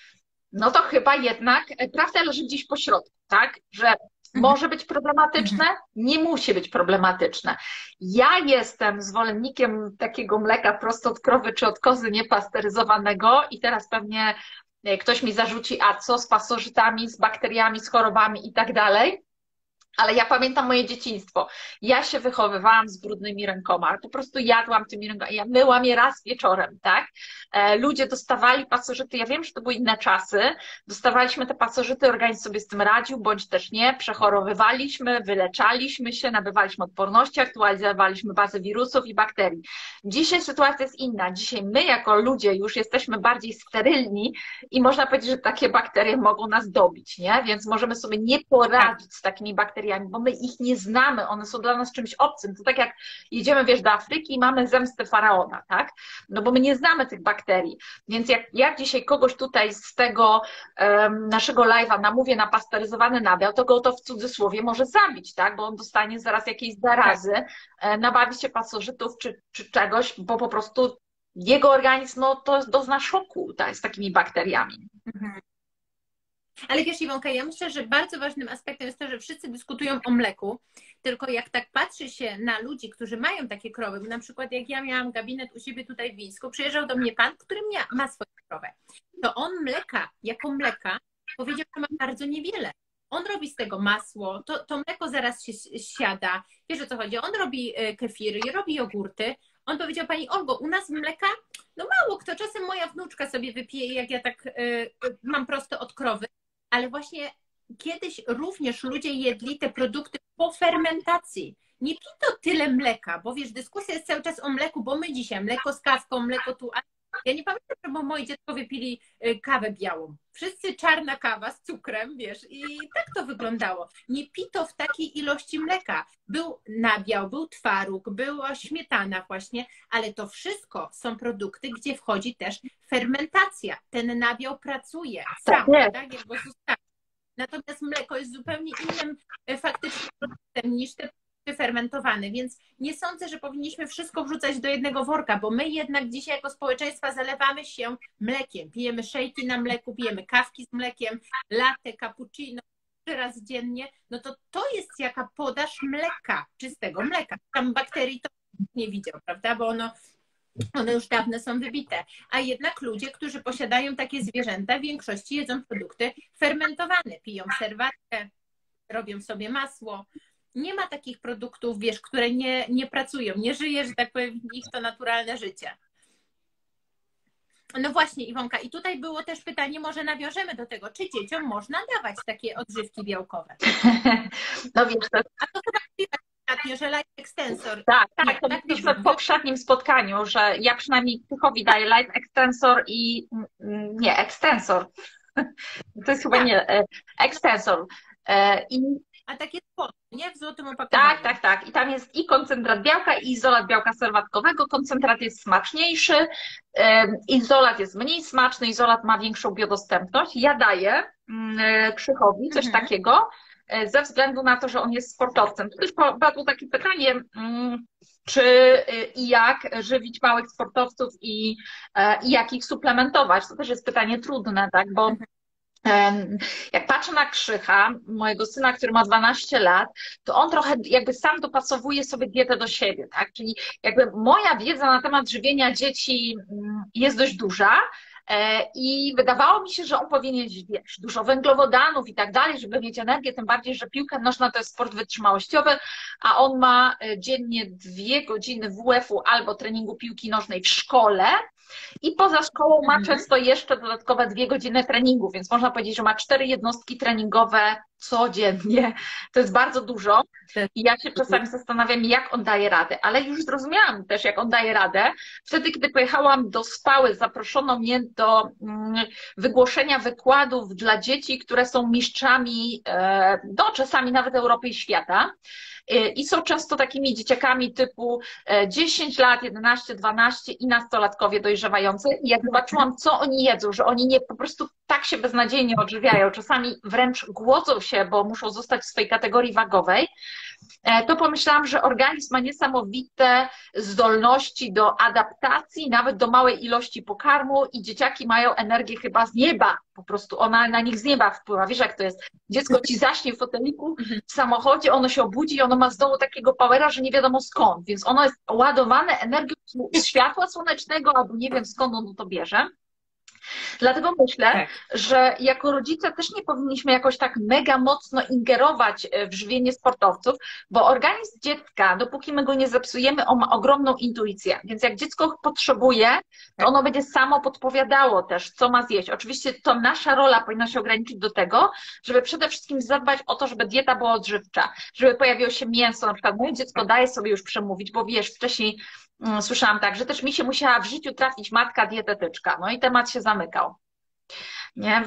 no to chyba jednak prawda leży gdzieś po środku, tak? Że może być problematyczne, nie musi być problematyczne. Ja jestem zwolennikiem takiego mleka prosto od krowy czy od kozy niepasteryzowanego i teraz pewnie ktoś mi zarzuci, a co z pasożytami, z bakteriami, z chorobami i tak dalej. Ale ja pamiętam moje dzieciństwo. Ja się wychowywałam z brudnymi rękoma. Po prostu jadłam tymi rękoma. Ja myłam je raz wieczorem, tak? Ludzie dostawali pasożyty. Ja wiem, że to były inne czasy. Dostawaliśmy te pasożyty, organizm sobie z tym radził, bądź też nie. Przechorowywaliśmy, wyleczaliśmy się, nabywaliśmy odporności, aktualizowaliśmy bazę wirusów i bakterii. Dzisiaj sytuacja jest inna. Dzisiaj my jako ludzie już jesteśmy bardziej sterylni i można powiedzieć, że takie bakterie mogą nas dobić, nie? Więc możemy sobie nie poradzić z takimi bakteriami, bo my ich nie znamy, one są dla nas czymś obcym. To tak jak jedziemy, wiesz, do Afryki i mamy zemstę faraona, tak? No bo my nie znamy tych bakterii. Więc jak dzisiaj kogoś tutaj z tego naszego live'a namówię na pasteryzowany nabiał, to go to w cudzysłowie może zabić, tak? Bo on dostanie zaraz jakiejś zarazy, nabawi się pasożytów czy czegoś, bo po prostu jego organizm no, to dozna szoku tak, z takimi bakteriami. Ale wiesz, Iwonka, ja myślę, że bardzo ważnym aspektem jest to, że wszyscy dyskutują o mleku, tylko jak tak patrzy się na ludzi, którzy mają takie krowy, bo na przykład jak ja miałam gabinet u siebie tutaj w Wińsku, przyjeżdżał do mnie pan, który ma swoją krowę, to on mleka, jako mleka, powiedział, że ma bardzo niewiele. On robi z tego masło, to mleko zaraz się siada, wiesz o co chodzi, on robi kefiry, robi jogurty. On powiedział, pani Olgo, u nas mleka, no mało kto, czasem moja wnuczka sobie wypije, jak ja tak mam prosto od krowy, ale właśnie kiedyś również ludzie jedli te produkty po fermentacji. Nie pito tyle mleka, bo wiesz, dyskusja jest cały czas o mleku, bo my dzisiaj mleko z kawką, mleko tu, a ja nie pamiętam, bo moi dziadkowie pili kawę białą. Wszyscy czarna kawa z cukrem, wiesz, i tak to wyglądało. Nie pito w takiej ilości mleka. Był nabiał, był twaróg, była śmietana właśnie, ale to wszystko są produkty, gdzie wchodzi też fermentacja. Ten nabiał pracuje sam, tak, jak go zostawi. Natomiast mleko jest zupełnie innym faktycznie produktem niż te fermentowany, więc nie sądzę, że powinniśmy wszystko wrzucać do jednego worka, bo my jednak dzisiaj jako społeczeństwa zalewamy się mlekiem. Pijemy szejki na mleku, pijemy kawki z mlekiem, latte, cappuccino 3 razy dziennie, no to jest jaka podaż mleka, czystego mleka. Tam bakterii to nie widział, prawda, bo one już dawno są wybite. A jednak ludzie, którzy posiadają takie zwierzęta, w większości jedzą produkty fermentowane, piją serwatkę, robią sobie masło. Nie ma takich produktów, wiesz, które nie pracują, nie żyje, że tak powiem, w nich to naturalne życie. No właśnie, Iwonka, i tutaj było też pytanie, może nawiążemy do tego, czy dzieciom można dawać takie odżywki białkowe? No wiesz, a to chyba ostatnio, że Life Extensor. Tak, to mówiliśmy w poprzednim spotkaniu, że ja przynajmniej Tychowi daję Life Extensor i nie, Extensor. To jest chyba nie, Extensor. I A takie złoto, nie? W złotym tak, opakowaniu. tak, tak. I tam jest i koncentrat białka, i izolat białka serwatkowego. Koncentrat jest smaczniejszy, izolat jest mniej smaczny, izolat ma większą biodostępność. Ja daję Krzychowi coś Mhm. takiego ze względu na to, że on jest sportowcem. Tu też padło takie pytanie, czy i jak żywić małych sportowców i jak ich suplementować. To też jest pytanie trudne, tak? Bo jak patrzę na Krzycha, mojego syna, który ma 12 lat, to on trochę jakby sam dopasowuje sobie dietę do siebie, tak? Czyli jakby moja wiedza na temat żywienia dzieci jest dość duża, i wydawało mi się, że on powinien jeść, wiesz, dużo węglowodanów i tak dalej, żeby mieć energię, tym bardziej, że piłka nożna to jest sport wytrzymałościowy, a on ma dziennie 2 godziny WF-u albo treningu piłki nożnej w szkole, i poza szkołą ma Mhm. często jeszcze dodatkowe 2 godziny treningu, więc można powiedzieć, że ma 4 jednostki treningowe codziennie. To jest bardzo dużo. I ja się czasami zastanawiam, jak on daje radę, ale już zrozumiałam też, jak on daje radę. Wtedy, kiedy pojechałam do Spały, zaproszono mnie do wygłoszenia wykładów dla dzieci, które są mistrzami, no czasami nawet Europy i świata. I są często takimi dzieciakami typu 10 lat, 11, 12 i nastolatkowie dojrzewający. I jak zobaczyłam, co oni jedzą, że oni nie po prostu tak się beznadziejnie odżywiają, czasami wręcz głodzą się, bo muszą zostać w swojej kategorii wagowej, to pomyślałam, że organizm ma niesamowite zdolności do adaptacji, nawet do małej ilości pokarmu, i dzieciaki mają energię chyba z nieba. Po prostu ona na nich z nieba wpływa. Wiesz, jak to jest? Dziecko ci zaśnie w foteliku w samochodzie, ono się obudzi i ono ma z dołu takiego powera, że nie wiadomo skąd. Więc ono jest ładowane energią z światła słonecznego, albo nie wiem skąd ono to bierze. Dlatego myślę, Tak. że jako rodzice też nie powinniśmy jakoś tak mega mocno ingerować w żywienie sportowców, bo organizm dziecka, dopóki my go nie zepsujemy, on ma ogromną intuicję. Więc jak dziecko potrzebuje, to ono będzie samo podpowiadało też, co ma zjeść. Oczywiście to nasza rola powinna się ograniczyć do tego, żeby przede wszystkim zadbać o to, żeby dieta była odżywcza, żeby pojawiło się mięso. Na przykład moje dziecko daje sobie już przemówić, bo wiesz, wcześniej słyszałam tak, że też mi się musiała w życiu trafić matka dietetyczka. No i temat się zamykał. Nie?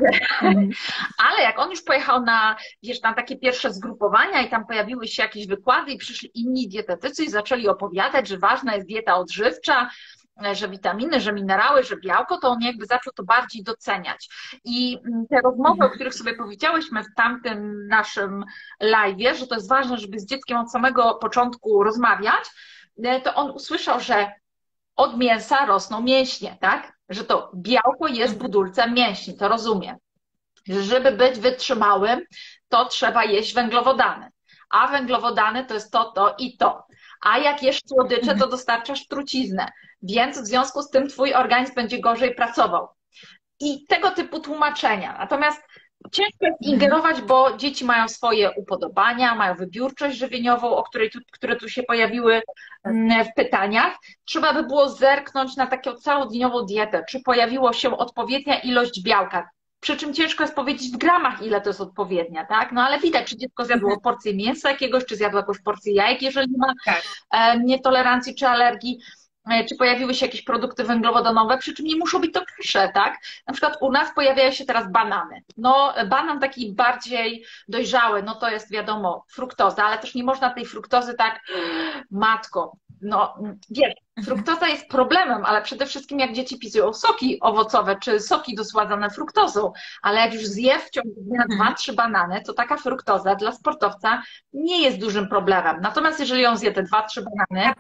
Ale jak on już pojechał na, wiesz, na takie pierwsze zgrupowania i tam pojawiły się jakieś wykłady i przyszli inni dietetycy i zaczęli opowiadać, że ważna jest dieta odżywcza, że witaminy, że minerały, że białko, to on jakby zaczął to bardziej doceniać. I te rozmowy, o których sobie powiedziałyśmy w tamtym naszym live'ie, że to jest ważne, żeby z dzieckiem od samego początku rozmawiać, to on usłyszał, że od mięsa rosną mięśnie, tak? Że to białko jest budulcem mięśni, to rozumie. Że żeby być wytrzymałym, to trzeba jeść węglowodany. A węglowodany to jest to i to. A jak jesz słodycze, to dostarczasz truciznę. Więc w związku z tym twój organizm będzie gorzej pracował. I tego typu tłumaczenia. Natomiast ciężko jest ingerować, bo dzieci mają swoje upodobania, mają wybiórczość żywieniową, które tu się pojawiły w pytaniach. Trzeba by było zerknąć na taką całodniową dietę, czy pojawiła się odpowiednia ilość białka. Przy czym ciężko jest powiedzieć w gramach, ile to jest odpowiednia, tak? No ale widać, czy dziecko zjadło porcję mięsa jakiegoś, czy zjadło jakąś porcję jajek, jeżeli nie ma nietolerancji czy alergii, czy pojawiły się jakieś produkty węglowodanowe, przy czym nie muszą być to kasze, tak? Na przykład u nas pojawiają się teraz banany. No, banan taki bardziej dojrzały, no to jest wiadomo fruktoza, ale też nie można tej fruktozy tak, matko, no wiesz, fruktoza jest problemem, ale przede wszystkim jak dzieci pisują soki owocowe, czy soki dosładzane fruktozą, ale jak już zje w ciągu dnia 2-3 banany, to taka fruktoza dla sportowca nie jest dużym problemem. Natomiast jeżeli on zje te 2-3 banany...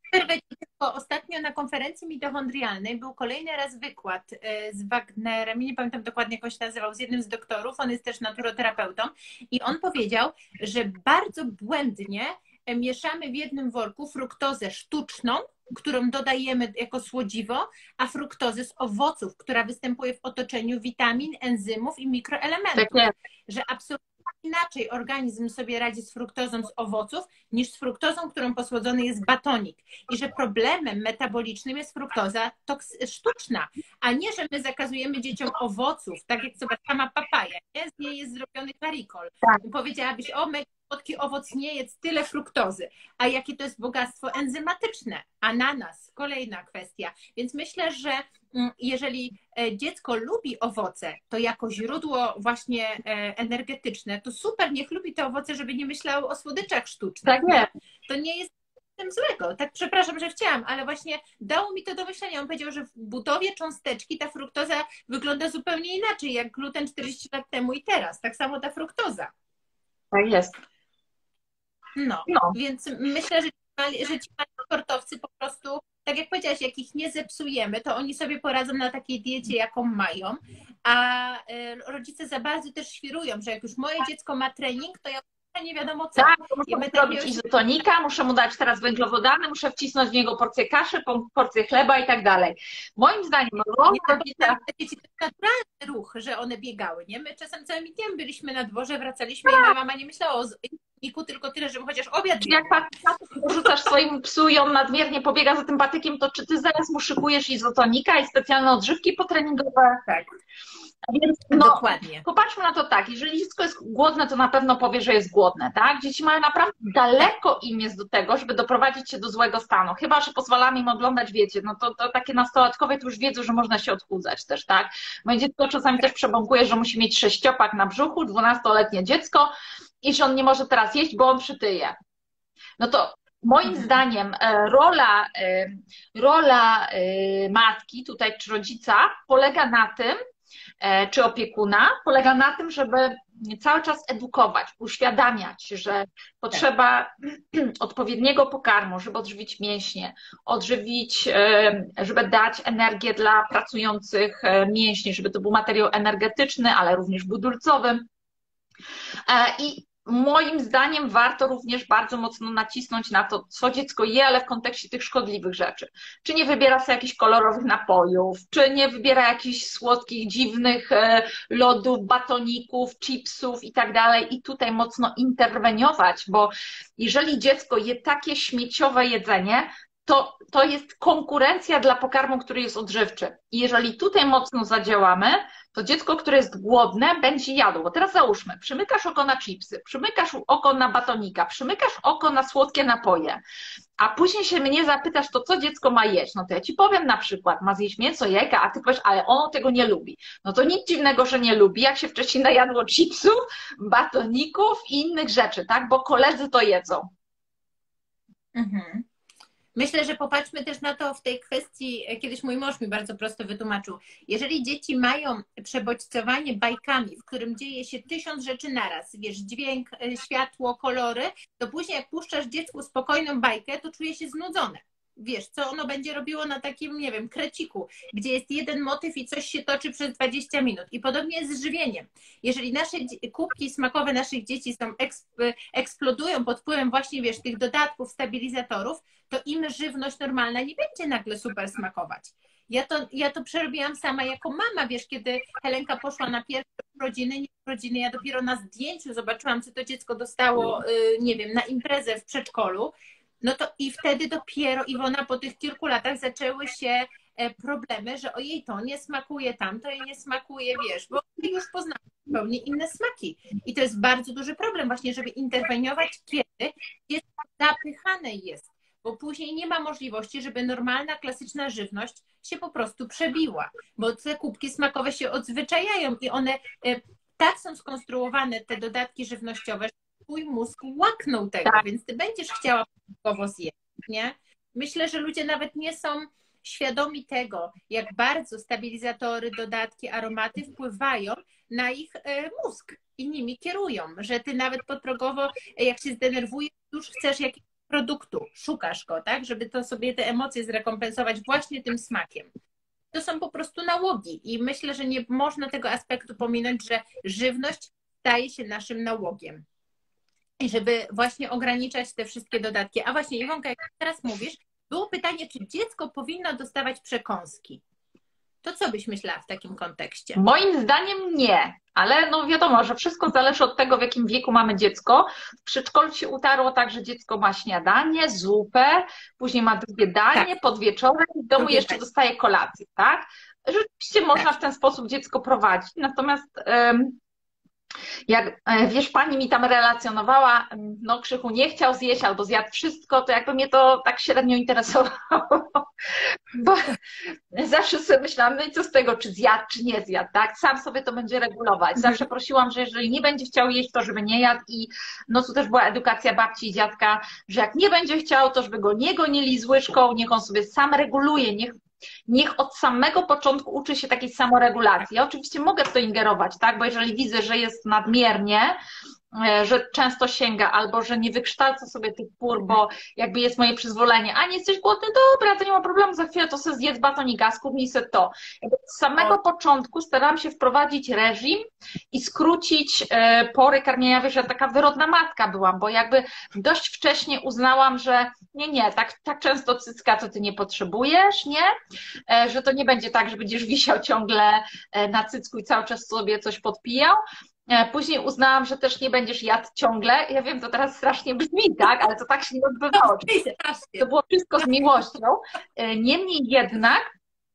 Ostatnio na konferencji mitochondrialnej był kolejny raz wykład z Wagnerem, nie pamiętam dokładnie jak on się nazywał, z jednym z doktorów, on jest też naturoterapeutą i on powiedział, że bardzo błędnie mieszamy w jednym worku fruktozę sztuczną, którą dodajemy jako słodziwo, a fruktozę z owoców, która występuje w otoczeniu witamin, enzymów i mikroelementów. Tak, że absolutnie inaczej organizm sobie radzi z fruktozą z owoców niż z fruktozą, którą posłodzony jest batonik. I że problemem metabolicznym jest fruktoza sztuczna, a nie, że my zakazujemy dzieciom owoców, tak jak sobie sama papaja, nie? Z niej jest zrobiony karikol. Powiedziałabyś, o słodki owoc nie jedz, tyle fruktozy. A jakie to jest bogactwo enzymatyczne? Ananas, kolejna kwestia. Więc myślę, że jeżeli dziecko lubi owoce, to jako źródło właśnie energetyczne, to super, niech lubi te owoce, żeby nie myślało o słodyczach sztucznych. Tak nie. To nie jest nic złego. Tak, przepraszam, że chciałam, ale właśnie dało mi to do myślenia. On powiedział, że w budowie cząsteczki ta fruktoza wygląda zupełnie inaczej, jak gluten 40 lat temu i teraz. Tak samo ta fruktoza. Tak jest. No. Więc myślę, że ci mali sportowcy po prostu, tak jak powiedziałaś, jak ich nie zepsujemy, to oni sobie poradzą na takiej diecie, jaką mają, a rodzice za bardzo też świrują, że jak już moje dziecko ma trening, to ja nie wiadomo co. Tak, to muszę zrobić izotonika, muszę mu dać teraz węglowodany, muszę wcisnąć w niego porcję kaszy, porcję chleba i tak dalej. Moim zdaniem rodzica... To jest naturalny ruch, że one biegały, nie? My czasem całymi dniem byliśmy na dworze, wracaliśmy i moja mama nie myślała o iku, tylko tyle, żeby chociaż obiad... Jak porzucasz swojemu psu i on nadmiernie pobiega za tym patykiem, to czy ty zaraz mu szykujesz izotonika i specjalne odżywki potreningowe? Tak. Więc dokładnie. Popatrzmy na to tak, jeżeli dziecko jest głodne, to na pewno powie, że jest głodne, tak? Dzieci mają naprawdę daleko im jest do tego, żeby doprowadzić się do złego stanu. Chyba że pozwalamy im oglądać, wiecie, no to takie nastolatkowie to już wiedzą, że można się odchudzać też, tak? Moje dziecko czasami też przebąkuje, że musi mieć 6-pak na brzuchu, 12-letnie dziecko i że on nie może teraz jeść, bo on przytyje. No to moim zdaniem rola matki tutaj, czy rodzica polega na tym, czy opiekuna, polega na tym, żeby cały czas edukować, uświadamiać, że potrzeba odpowiedniego pokarmu, żeby odżywić mięśnie, żeby dać energię dla pracujących mięśni, żeby to był materiał energetyczny, ale również budulcowy. I moim zdaniem warto również bardzo mocno nacisnąć na to, co dziecko je, ale w kontekście tych szkodliwych rzeczy. Czy nie wybiera sobie jakichś kolorowych napojów, czy nie wybiera jakichś słodkich, dziwnych lodów, batoników, chipsów i tak dalej. I tutaj mocno interweniować, bo jeżeli dziecko je takie śmieciowe jedzenie, to jest konkurencja dla pokarmu, który jest odżywczy. I jeżeli tutaj mocno zadziałamy, to dziecko, które jest głodne, będzie jadło. Bo teraz załóżmy, przymykasz oko na chipsy, przymykasz oko na batonika, przymykasz oko na słodkie napoje, a później się mnie zapytasz, to co dziecko ma jeść? No to ja ci powiem na przykład, ma zjeść mięso, jajka, a ty powiesz, ale ono tego nie lubi. No to nic dziwnego, że nie lubi, jak się wcześniej najadło chipsów, batoników i innych rzeczy, tak? Bo koledzy to jedzą. Mhm. Myślę, że popatrzmy też na to w tej kwestii, kiedyś mój mąż mi bardzo prosto wytłumaczył. Jeżeli dzieci mają przebodźcowanie bajkami, w którym dzieje się 1000 rzeczy naraz, wiesz, dźwięk, światło, kolory, to później jak puszczasz dziecku spokojną bajkę, to czuje się znudzone. Wiesz, co ono będzie robiło na takim, nie wiem, kreciku, gdzie jest jeden motyw i coś się toczy przez 20 minut. I podobnie jest z żywieniem. Jeżeli nasze kubki smakowe naszych dzieci eksplodują pod wpływem właśnie, wiesz, tych dodatków, stabilizatorów, to im żywność normalna nie będzie nagle super smakować. Ja to przerobiłam sama jako mama, wiesz, kiedy Helenka poszła na pierwsze urodziny, ja dopiero na zdjęciu zobaczyłam, co to dziecko dostało, nie wiem, na imprezę w przedszkolu. No to i wtedy dopiero, Iwona, po tych kilku latach zaczęły się problemy, że ojej, to nie smakuje, tamto jej nie smakuje, wiesz, bo już poznamy zupełnie inne smaki. I to jest bardzo duży problem właśnie, żeby interweniować, kiedy dziecko zapychane jest, bo później nie ma możliwości, żeby normalna, klasyczna żywność się po prostu przebiła, bo te kubki smakowe się odzwyczajają i one tak są skonstruowane, te dodatki żywnościowe, twój mózg łaknął tego, tak. Więc ty będziesz chciała początkowo zjeść, nie? Myślę, że ludzie nawet nie są świadomi tego, jak bardzo stabilizatory, dodatki, aromaty wpływają na ich mózg i nimi kierują, że ty nawet podprogowo, jak się zdenerwujesz, już chcesz jakiegoś produktu, szukasz go, tak? Żeby to sobie te emocje zrekompensować właśnie tym smakiem. To są po prostu nałogi i myślę, że nie można tego aspektu pominąć, że żywność staje się naszym nałogiem. I żeby właśnie ograniczać te wszystkie dodatki. A właśnie, Iwonka, jak teraz mówisz, było pytanie, czy dziecko powinno dostawać przekąski. To co byś myślała w takim kontekście? Moim zdaniem nie, ale no wiadomo, że wszystko zależy od tego, w jakim wieku mamy dziecko. W przedszkolu się utarło tak, że dziecko ma śniadanie, zupę, później ma drugie danie, tak. Podwieczorek i w domu drugie jeszcze dostaje kolację, tak? Rzeczywiście można w ten sposób dziecko prowadzić, natomiast jak wiesz, pani mi tam relacjonowała, no Krzychu nie chciał zjeść albo zjadł wszystko, to jakby mnie to tak średnio interesowało. Bo zawsze sobie myślałam, no i co z tego, czy zjadł, czy nie zjadł, tak? Sam sobie to będzie regulować. Zawsze prosiłam, że jeżeli nie będzie chciał jeść, to żeby nie jadł i no tu też była edukacja babci i dziadka, że jak nie będzie chciał, to żeby go nie gonili z łyżką, niech on sobie sam reguluje, niech od samego początku uczy się takiej samoregulacji. Ja oczywiście mogę w to ingerować, tak? Bo jeżeli widzę, że jest nadmiernie, że często sięga, albo że nie wykształca sobie tych pór, bo jakby jest moje przyzwolenie, a nie jesteś głodny, dobra, to nie ma problemu, za chwilę to sobie zjedz batonika, skupnij sobie to. Jakby z samego początku starałam się wprowadzić reżim i skrócić pory karmienia, wiesz, ja taka wyrodna matka byłam, bo jakby dość wcześnie uznałam, że nie, tak często cycka to ty nie potrzebujesz, nie? Że to nie będzie tak, że będziesz wisiał ciągle na cycku i cały czas sobie coś podpijał. Później uznałam, że też nie będziesz jadł ciągle. Ja wiem, to teraz strasznie brzmi, tak? Ale to tak się nie odbywało. To było wszystko z miłością. Niemniej jednak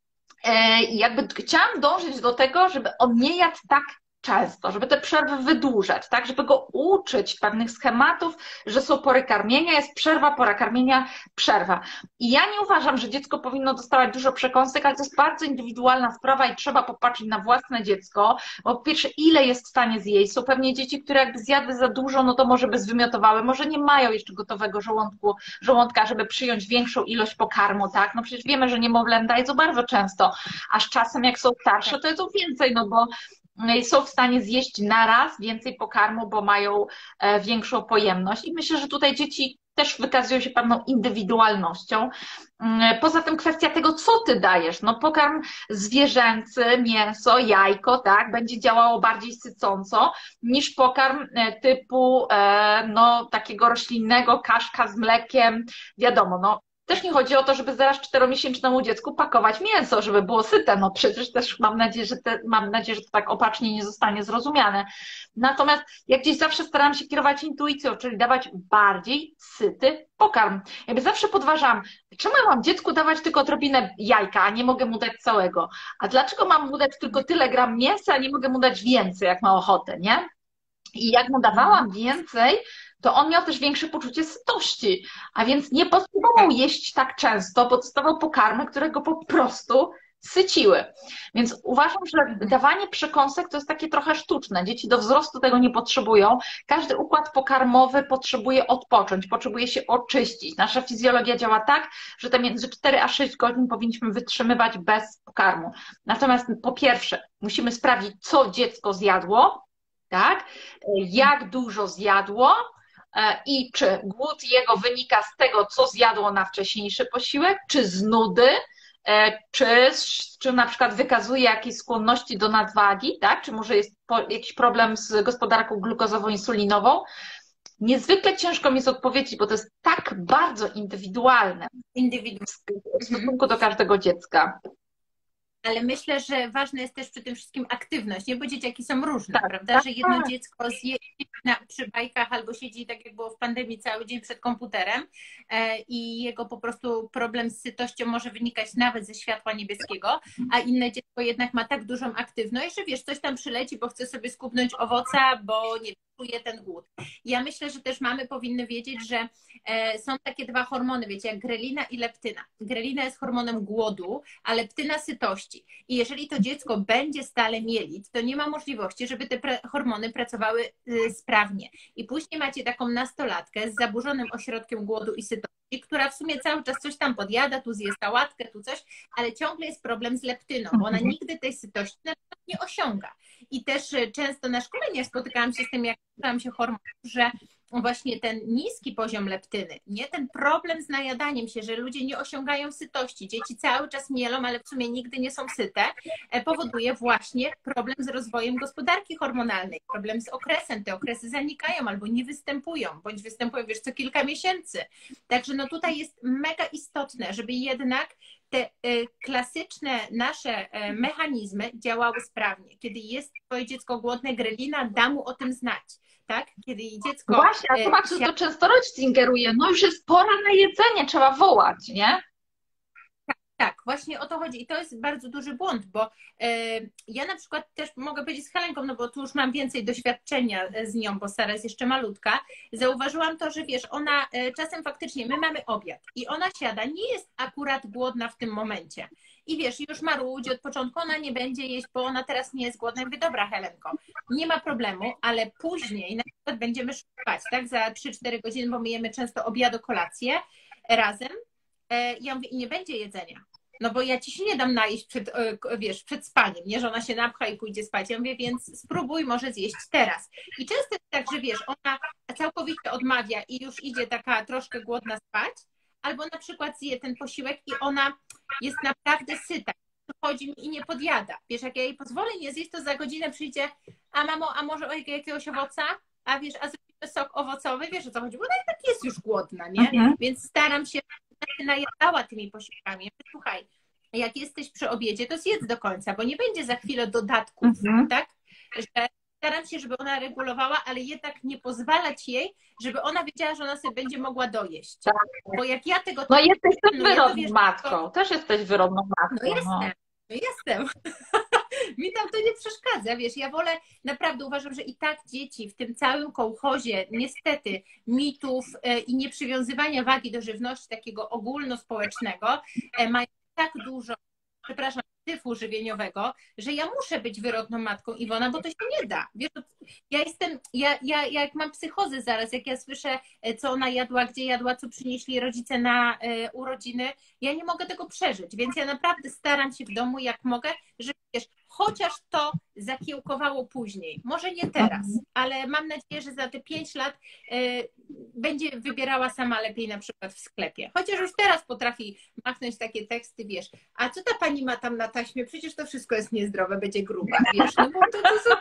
jakby chciałam dążyć do tego, żeby on nie jadł tak często, żeby te przerwy wydłużać, tak, żeby go uczyć pewnych schematów, że są pory karmienia, jest przerwa, pora karmienia, przerwa. I ja nie uważam, że dziecko powinno dostawać dużo przekąsek, ale to jest bardzo indywidualna sprawa i trzeba popatrzeć na własne dziecko, bo po pierwsze, ile jest w stanie zjeść. Są pewnie dzieci, które jakby zjadły za dużo, no to może by zwymiotowały, może nie mają jeszcze gotowego żołądka, żeby przyjąć większą ilość pokarmu, tak, no przecież wiemy, że niemowlęta jedzą bardzo często, a z czasem jak są starsze, to jedzą więcej, no bo są w stanie zjeść naraz więcej pokarmu, bo mają większą pojemność. I myślę, że tutaj dzieci też wykazują się pewną indywidualnością. Poza tym kwestia tego, co ty dajesz. No pokarm zwierzęcy, mięso, jajko, tak, będzie działało bardziej sycąco niż pokarm typu no takiego roślinnego, kaszka z mlekiem. Wiadomo, no też nie chodzi o to, żeby zaraz 4-miesięcznemu dziecku pakować mięso, żeby było syte. No przecież też mam nadzieję, że to tak opacznie nie zostanie zrozumiane. Natomiast ja gdzieś zawsze starałam się kierować intuicją, czyli dawać bardziej syty pokarm. Jakby zawsze podważam, czemu ja mam dziecku dawać tylko odrobinę jajka, a nie mogę mu dać całego? A dlaczego mam mu dać tylko tyle gram mięsa, a nie mogę mu dać więcej, jak ma ochotę, nie? I jak mu dawałam więcej, to on miał też większe poczucie sytości, a więc nie potrzebował jeść tak często, bo dostawał pokarmy, które go po prostu syciły. Więc uważam, że dawanie przekąsek to jest takie trochę sztuczne. Dzieci do wzrostu tego nie potrzebują. Każdy układ pokarmowy potrzebuje odpocząć, potrzebuje się oczyścić. Nasza fizjologia działa tak, że te między 4 a 6 godzin powinniśmy wytrzymywać bez pokarmu. Natomiast po pierwsze, musimy sprawdzić, co dziecko zjadło, tak? Jak dużo zjadło, i czy głód jego wynika z tego, co zjadło na wcześniejszy posiłek, czy z nudy, czy na przykład wykazuje jakieś skłonności do nadwagi, tak? Czy może jest jakiś problem z gospodarką glukozową-insulinową. Niezwykle ciężko mi jest odpowiedzieć, bo to jest tak bardzo indywidualne w stosunku do każdego dziecka. Ale myślę, że ważna jest też przy tym wszystkim aktywność, nie? Bo dzieciaki są różne, prawda? Że jedno dziecko siedzi przy bajkach albo siedzi, tak jak było w pandemii, cały dzień przed komputerem i jego po prostu problem z sytością może wynikać nawet ze światła niebieskiego, a inne dziecko jednak ma tak dużą aktywność, że wiesz, coś tam przyleci, bo chce sobie skubnąć owoca, bo nie czuje ten głód. Ja myślę, że też mamy powinny wiedzieć, że są takie dwa hormony, wiecie, jak grelina i leptyna. Grelina jest hormonem głodu, a leptyna sytości. I jeżeli to dziecko będzie stale mielić, to nie ma możliwości, żeby te hormony pracowały sprawnie. I później macie taką nastolatkę z zaburzonym ośrodkiem głodu i sytości, która w sumie cały czas coś tam podjada, tu zje sałatkę, tu coś, ale ciągle jest problem z leptyną, bo ona nigdy tej sytości nie osiąga. I też często na szkoleniach spotykałam się z tym, jak uczyłam się hormonów, że właśnie ten niski poziom leptyny, nie ten problem z najadaniem się, że ludzie nie osiągają sytości, dzieci cały czas mielą, ale w sumie nigdy nie są syte, powoduje właśnie problem z rozwojem gospodarki hormonalnej, problem z okresem, te okresy zanikają albo nie występują, bądź występują, wiesz, co kilka miesięcy. Także no tutaj jest mega istotne, żeby jednak te klasyczne nasze mechanizmy działały sprawnie. Kiedy jest twoje dziecko głodne, grelina da mu o tym znać. Tak? Kiedy dziecko... Właśnie, a zobacz, że to często rodzic ingeruje. No już jest pora na jedzenie, trzeba wołać, nie? Tak, właśnie o to chodzi i to jest bardzo duży błąd, bo ja na przykład też mogę powiedzieć z Helenką, no bo tu już mam więcej doświadczenia z nią, bo Sara jest jeszcze malutka, zauważyłam to, że wiesz, ona czasem faktycznie, my mamy obiad i ona siada, nie jest akurat głodna w tym momencie i wiesz, już marudzi od początku, ona nie będzie jeść, bo ona teraz nie jest głodna. Ja mówię, dobra Helenko, nie ma problemu, ale później na przykład będziemy szukać, tak, za 3-4 godziny, bo my jemy często obiad, kolację razem. Ja mówię, i nie będzie jedzenia. No bo ja ci się nie dam najeść przed, wiesz, przed spaniem, nie, że ona się napcha i pójdzie spać. Ja mówię, więc spróbuj może zjeść teraz. I często jest tak, że wiesz, ona całkowicie odmawia i już idzie taka troszkę głodna spać, albo na przykład zje ten posiłek i ona jest naprawdę syta. Chodzi mi i nie podjada. Wiesz, jak ja jej pozwolę nie zjeść, to za godzinę przyjdzie, a mamo, a może jakiegoś owoca? A wiesz, a zrobimy sok owocowy? Wiesz, o co chodzi? Bo ona i tak jest już głodna, nie? Więc staram się, żeby najadała tymi posiłkami. Słuchaj, jak jesteś przy obiedzie, to zjedz do końca, bo nie będzie za chwilę dodatków, tak? Że staram się, żeby ona regulowała, ale jednak nie pozwalać jej, żeby ona wiedziała, że ona sobie będzie mogła dojeść. Tak. Bo jak ja tego... No jesteś też wyrodną matką, też jesteś wyrodną matką. No jestem. Mi tam to nie przeszkadza, wiesz, ja wolę, naprawdę uważam, że i tak dzieci w tym całym kołchozie, niestety, mitów i nieprzywiązywania wagi do żywności takiego ogólnospołecznego mają tak dużo, przepraszam, syfu żywieniowego, że ja muszę być wyrodną matką, Iwona, bo to się nie da. Wiesz, ja jak mam psychozę zaraz, jak ja słyszę, co ona jadła, gdzie jadła, co przynieśli rodzice na urodziny, ja nie mogę tego przeżyć, więc ja naprawdę staram się w domu, jak mogę, żeby, wiesz, chociaż to zakiełkowało później. Może nie teraz, ale mam nadzieję, że za te 5 lat będzie wybierała sama lepiej na przykład w sklepie. Chociaż już teraz potrafi machnąć takie teksty, wiesz, a co ta pani ma tam na taśmie? Przecież to wszystko jest niezdrowe, będzie gruba, wiesz. No bo to są...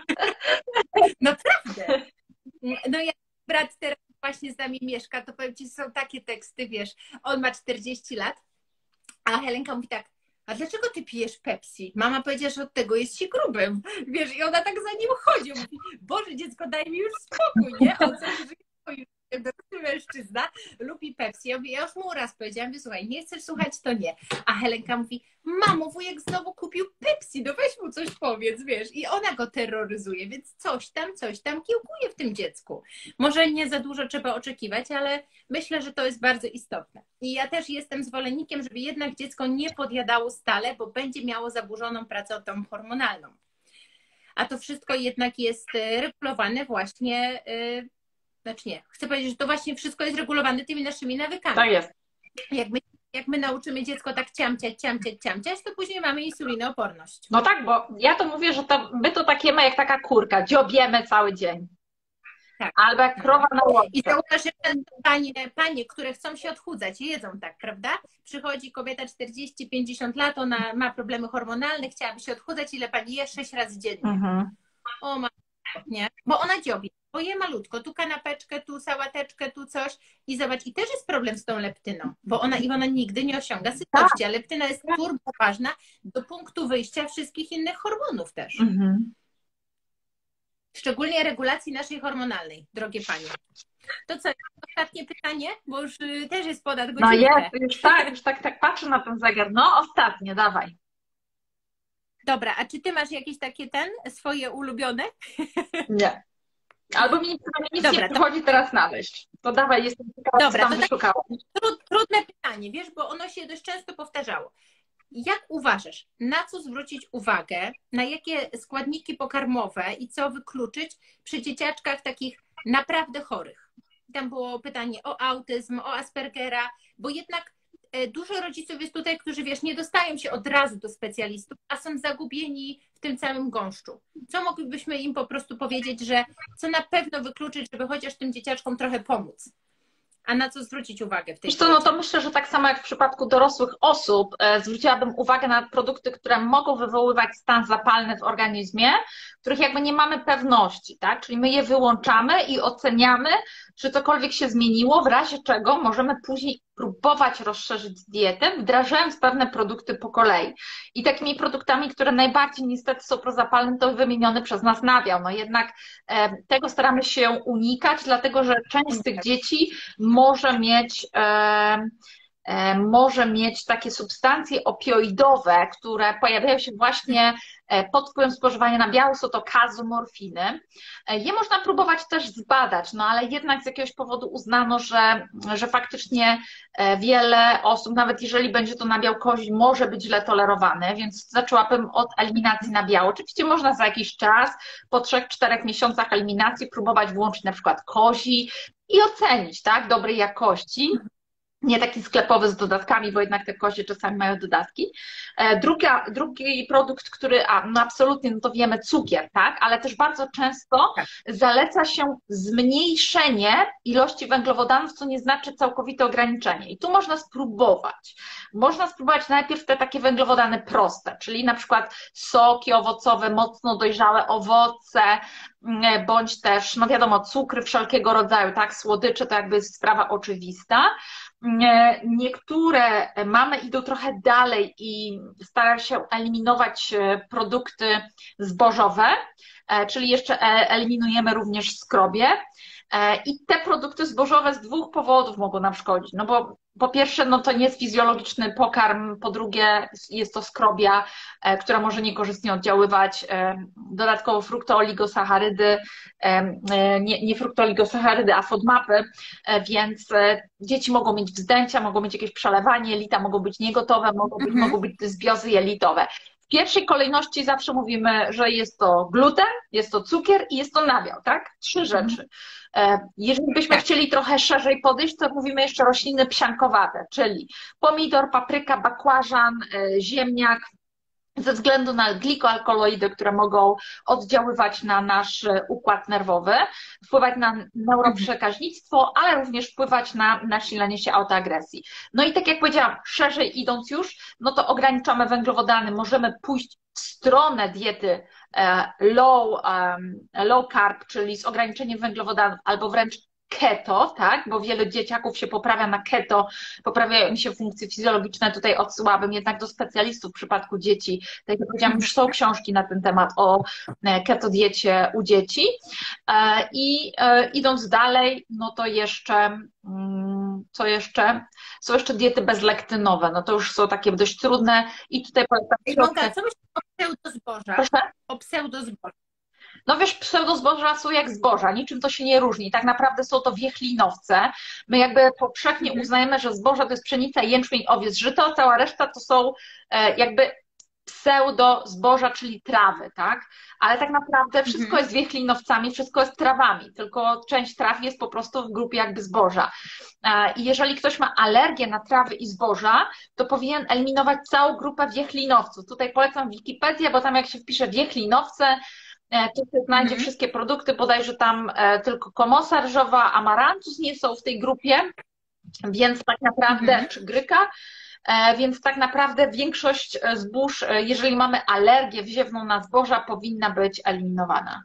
Naprawdę. No ja brat teraz właśnie z nami mieszka, to powiem ci, są takie teksty, wiesz, on ma 40 lat, a Helenka mówi tak, a dlaczego ty pijesz Pepsi? Mama powiedziała, że od tego jest się grubym. Wiesz, i ona tak za nim chodzi. Mówi, Boże, dziecko, daj mi już spokój, nie? On coś, że dorosły mężczyzna lubi Pepsi. Ja już mu raz powiedziałam, że słuchaj, nie chcesz słuchać, to nie. A Helenka mówi, mamo, wujek znowu kupił Pepsi, no weź mu coś powiedz, wiesz. I ona go terroryzuje, więc coś tam kiełkuje w tym dziecku. Może nie za dużo trzeba oczekiwać, ale myślę, że to jest bardzo istotne. I ja też jestem zwolennikiem, żeby jednak dziecko nie podjadało stale, bo będzie miało zaburzoną pracę tą hormonalną. A to wszystko jednak jest regulowane właśnie... Znaczy nie, chcę powiedzieć, że to właśnie wszystko jest regulowane tymi naszymi nawykami. Tak jest. Jak my nauczymy dziecko tak ciamciać, to później mamy insulinooporność. No tak, bo ja to mówię, że my to tak jemy jak taka kurka, dziobiemy cały dzień. Tak. Albo jak krowa na łące. I zauważ, że panie, które chcą się odchudzać, jedzą tak, prawda? Przychodzi kobieta 40-50 lat, ona ma problemy hormonalne, chciałaby się odchudzać, ile pani je? 6 razy dziennie. O ma, nie? Bo ona dziobie. Bo je malutko, tu kanapeczkę, tu sałateczkę, tu coś i zobacz, i też jest problem z tą leptyną, bo ona nigdy nie osiąga sytości, a leptyna jest turbo ważna do punktu wyjścia wszystkich innych hormonów też. Szczególnie regulacji naszej hormonalnej, drogie panie. To co, ostatnie pytanie, bo już też jest ponad godzinę. No jest, już tak patrzę na ten zegar. No ostatnie, dawaj. Dobra, a czy ty masz jakieś takie swoje ulubione? Nie. Albo mi nic nie przychodzi teraz na myśl. To dawaj, jestem ciekawa, co tam wyszukałam. Trudne pytanie, wiesz, bo ono się dość często powtarzało. Jak uważasz, na co zwrócić uwagę, na jakie składniki pokarmowe i co wykluczyć przy dzieciaczkach takich naprawdę chorych? Tam było pytanie o autyzm, o Aspergera, bo jednak dużo rodziców jest tutaj, którzy, wiesz, nie dostają się od razu do specjalistów, a są zagubieni w tym całym gąszczu. Co moglibyśmy im po prostu powiedzieć, że co na pewno wykluczyć, żeby chociaż tym dzieciaczkom trochę pomóc? A na co zwrócić uwagę w tej sytuacji? No to myślę, że tak samo jak w przypadku dorosłych osób, zwróciłabym uwagę na produkty, które mogą wywoływać stan zapalny w organizmie, których jakby nie mamy pewności, tak? Czyli my je wyłączamy i oceniamy, czy cokolwiek się zmieniło, w razie czego możemy później próbować rozszerzyć dietę, wdrażając pewne produkty po kolei. I takimi produktami, które najbardziej niestety są prozapalne, to wymieniony przez nas nabiał. No jednak tego staramy się unikać, dlatego że część z tych dzieci może mieć może mieć takie substancje opioidowe, które pojawiają się właśnie pod wpływem spożywania nabiału, są to kazomorfiny. Je można próbować też zbadać, no ale jednak z jakiegoś powodu uznano, że faktycznie wiele osób, nawet jeżeli będzie to nabiał kozi, może być źle tolerowany, więc zaczęłabym od eliminacji nabiału. Oczywiście można za jakiś czas, po 3-4 miesiącach eliminacji, próbować włączyć na przykład kozi i ocenić, tak, dobrej jakości. Nie taki sklepowy z dodatkami, bo jednak te kozie czasami mają dodatki. Drugi produkt, który, no absolutnie, no to wiemy, cukier, tak, ale też bardzo często zaleca się zmniejszenie ilości węglowodanów, co nie znaczy całkowite ograniczenie. I tu można spróbować. Można spróbować najpierw te takie węglowodany proste, czyli na przykład soki owocowe, mocno dojrzałe owoce, bądź też, no wiadomo, cukry wszelkiego rodzaju, tak, słodycze, to jakby jest sprawa oczywista. Niektóre mamy idą trochę dalej i starają się eliminować produkty zbożowe, czyli jeszcze eliminujemy również skrobie. I te produkty zbożowe z 2 powodów mogą nam szkodzić. No bo po pierwsze, no to nie jest fizjologiczny pokarm, po drugie jest to skrobia, która może niekorzystnie oddziaływać, dodatkowo fruktooligosacharydy, nie fruktooligosacharydy, a FODMAPy, więc dzieci mogą mieć wzdęcia, mogą mieć jakieś przelewanie jelita, mogą być niegotowe, mogą być dysbiozy jelitowe. W pierwszej kolejności zawsze mówimy, że jest to gluten, jest to cukier i jest to nabiał, tak? 3 rzeczy. Jeżeli byśmy chcieli trochę szerzej podejść, to mówimy jeszcze rośliny psiankowate, czyli pomidor, papryka, bakłażan, ziemniak, ze względu na glikoalkaloidy, które mogą oddziaływać na nasz układ nerwowy, wpływać na neuroprzekaźnictwo, ale również wpływać na nasilenie się autoagresji. No i tak jak powiedziałam, szerzej idąc już, no to ograniczamy węglowodany, możemy pójść w stronę diety low carb, czyli z ograniczeniem węglowodanów, albo wręcz keto, tak, bo wielu dzieciaków się poprawia na keto, poprawiają im się funkcje fizjologiczne, tutaj odsyłabym jednak do specjalistów w przypadku dzieci, tak jak powiedziałam, już są książki na ten temat o keto diecie u dzieci i idąc dalej, no to jeszcze co jeszcze? Są jeszcze diety bezlektynowe, no to już są takie dość trudne i tutaj polecam Iwonka, co myślisz o pseudozbożach? Proszę? O pseudozbożach. No wiesz, pseudozboża są jak zboża, niczym to się nie różni. Tak naprawdę są to wiechlinowce. My jakby powszechnie uznajemy, że zboża to jest pszenica, jęczmień, owiec, żyto, cała reszta to są jakby pseudozboża, czyli trawy, tak? Ale tak naprawdę wszystko jest wiechlinowcami, wszystko jest trawami, tylko część traw jest po prostu w grupie jakby zboża. I jeżeli ktoś ma alergię na trawy i zboża, to powinien eliminować całą grupę wiechlinowców. Tutaj polecam Wikipedię, bo tam jak się wpisze wiechlinowce, to się znajdzie wszystkie produkty, bodajże tam tylko komosa ryżowa, amarantus nie są w tej grupie, więc tak naprawdę, czy gryka, więc tak naprawdę większość zbóż, jeżeli mamy alergię wziewną na zboża, powinna być eliminowana.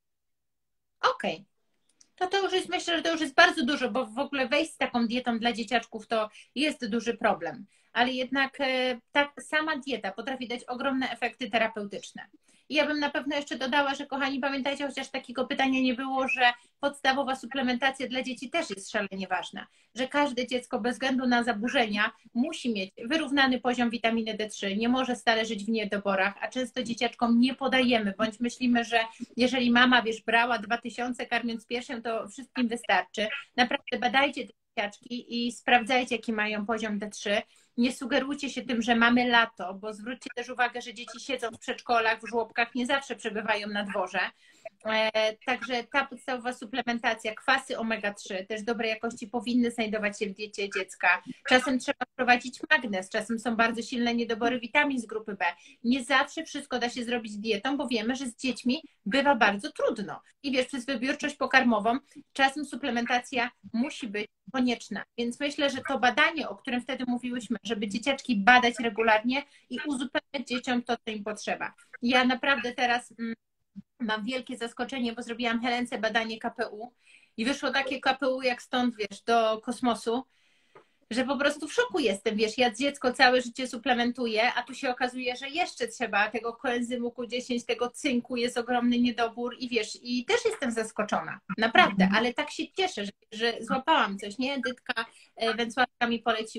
Okej. To już jest, myślę, że to już jest bardzo dużo, bo w ogóle wejść z taką dietą dla dzieciaczków to jest duży problem. Ale jednak ta sama dieta potrafi dać ogromne efekty terapeutyczne. I ja bym na pewno jeszcze dodała, że kochani, pamiętajcie, chociaż takiego pytania nie było, że podstawowa suplementacja dla dzieci też jest szalenie ważna. Że każde dziecko bez względu na zaburzenia musi mieć wyrównany poziom witaminy D3, nie może stale żyć w niedoborach, a często dzieciaczkom nie podajemy, bądź myślimy, że jeżeli mama, wiesz, brała 2000 karmiąc piersią, to wszystkim wystarczy. Naprawdę badajcie te dzieciaczki i sprawdzajcie, jaki mają poziom D3. Nie sugerujcie się tym, że mamy lato, bo zwróćcie też uwagę, że dzieci siedzą w przedszkolach, w żłobkach, nie zawsze przebywają na dworze. Także ta podstawowa suplementacja, kwasy omega-3, też dobrej jakości, powinny znajdować się w diecie dziecka. Czasem trzeba wprowadzić magnez, czasem są bardzo silne niedobory witamin z grupy B. Nie zawsze wszystko da się zrobić dietą, bo wiemy, że z dziećmi bywa bardzo trudno. I wiesz, przez wybiórczość pokarmową czasem suplementacja musi być konieczna. Więc myślę, że to badanie, o którym wtedy mówiłyśmy, żeby dzieciaczki badać regularnie i uzupełniać dzieciom to, co im potrzeba. Ja naprawdę teraz mam wielkie zaskoczenie, bo zrobiłam Helence badanie KPU i wyszło takie KPU jak stąd, wiesz, do kosmosu, że po prostu w szoku jestem, wiesz, ja dziecko całe życie suplementuję, a tu się okazuje, że jeszcze trzeba tego koenzymu Q10, tego cynku, jest ogromny niedobór i wiesz, i też jestem zaskoczona, naprawdę, ale tak się cieszę, że złapałam coś, nie? Edytka Węcławska mi poleciła.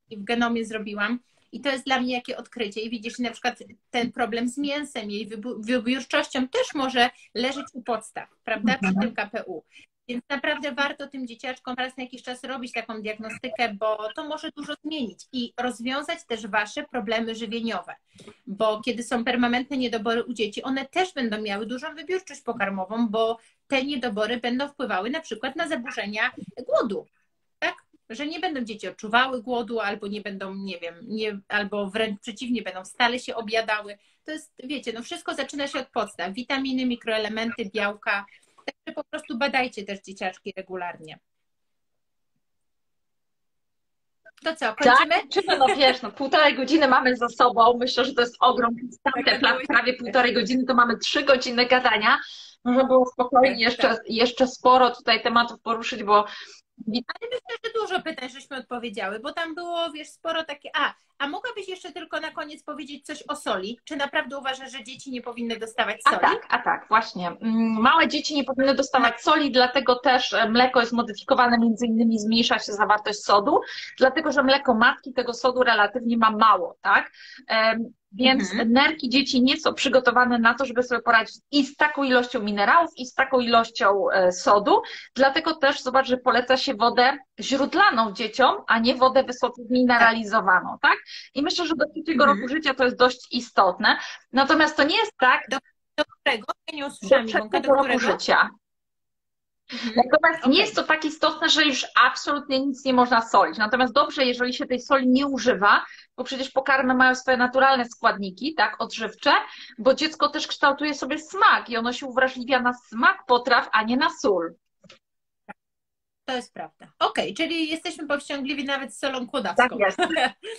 w genomie zrobiłam. I to jest dla mnie jakie odkrycie. I widzisz, na przykład ten problem z mięsem, jej wybiórczością też może leżeć u podstaw, prawda, przy tym KPU. Więc naprawdę warto tym dzieciaczkom raz na jakiś czas robić taką diagnostykę, bo to może dużo zmienić i rozwiązać też wasze problemy żywieniowe. Bo kiedy są permanentne niedobory u dzieci, one też będą miały dużą wybiórczość pokarmową, bo te niedobory będą wpływały na przykład na zaburzenia głodu. Tak? Że nie będą dzieci odczuwały głodu, albo nie będą, nie wiem, albo wręcz przeciwnie, będą stale się objadały. To jest, wiecie, no wszystko zaczyna się od podstaw. Witaminy, mikroelementy, białka. Także po prostu badajcie też dzieciaczki regularnie. To co, kończymy? Tak, kończymy, no wiesz, no 1,5 godziny mamy za sobą. Myślę, że to jest ogrom. Prawie 1,5 godziny, to mamy 3 godziny gadania. Może było spokojnie jeszcze sporo tutaj tematów poruszyć, bo... Ale myślę, że dużo pytań żeśmy odpowiedziały, bo tam było, wiesz, sporo takie... A mogłabyś jeszcze tylko na koniec powiedzieć coś o soli? Czy naprawdę uważasz, że dzieci nie powinny dostawać soli? A tak, właśnie. Małe dzieci nie powinny dostawać soli, dlatego też mleko jest modyfikowane, między innymi zmniejsza się zawartość sodu, dlatego że mleko matki tego sodu relatywnie ma mało, tak? Więc nerki dzieci nie są przygotowane na to, żeby sobie poradzić i z taką ilością minerałów, i z taką ilością sodu. Dlatego też zobacz, że poleca się wodę źródlaną dzieciom, a nie wodę wysoko zmineralizowaną, tak? I myślę, że do 3 roku życia to jest dość istotne. Natomiast to nie jest tak... Do którego? Ja nie usłyszałam, do 3 roku życia. Natomiast nie jest to tak istotne, że już absolutnie nic nie można solić. Natomiast dobrze, jeżeli się tej soli nie używa, bo przecież pokarmy mają swoje naturalne składniki, tak, odżywcze, bo dziecko też kształtuje sobie smak i ono się uwrażliwia na smak potraw, a nie na sól. To jest prawda. Okej, czyli jesteśmy powściągliwi nawet z solą kłodawską. Tak jest.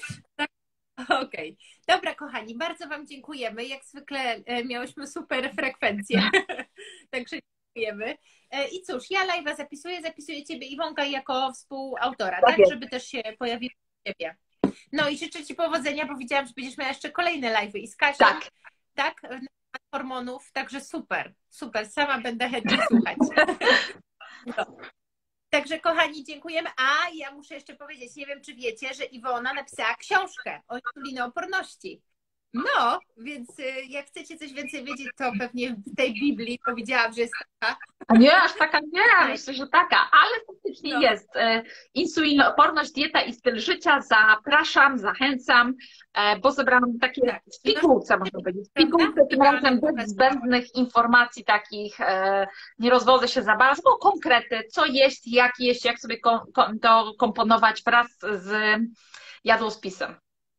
Okej. Dobra, kochani, bardzo wam dziękujemy. Jak zwykle miałyśmy super frekwencję. Także dziękujemy. I cóż, ja live'a zapisuję Ciebie, Iwonka, jako współautora, tak? Żeby też się pojawiło u Ciebie. No i życzę Ci powodzenia, bo widziałam, że będziesz miała jeszcze kolejne live'y i z Kasią. Tak? Na temat hormonów, także super, super. Sama będę chętnie słuchać. No. Także kochani, dziękujemy. A ja muszę jeszcze powiedzieć, nie wiem, czy wiecie, że Iwona napisała książkę o insulinooporności. No, więc jak chcecie coś więcej wiedzieć, to pewnie w tej Biblii powiedziałam, że jest taka. A nie, aż taka nie, myślę, że taka, ale faktycznie jest. Insulinooporność, dieta i styl życia. Zapraszam, zachęcam, bo zebrałam takie w pigułce, można powiedzieć. W pigułce tym razem bez zbędnych informacji takich, nie rozwodzę się za bardzo, konkrety, co jeść, jak sobie to komponować wraz z jadłospisem.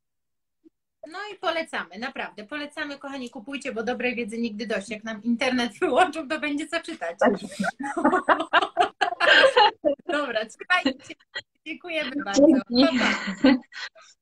No i polecamy, naprawdę. Polecamy, kochani, kupujcie, bo dobrej wiedzy nigdy dość. Jak nam internet wyłączą, to będzie co czytać. Dobra, trzymajcie. Dziękujemy bardzo. Dzięki.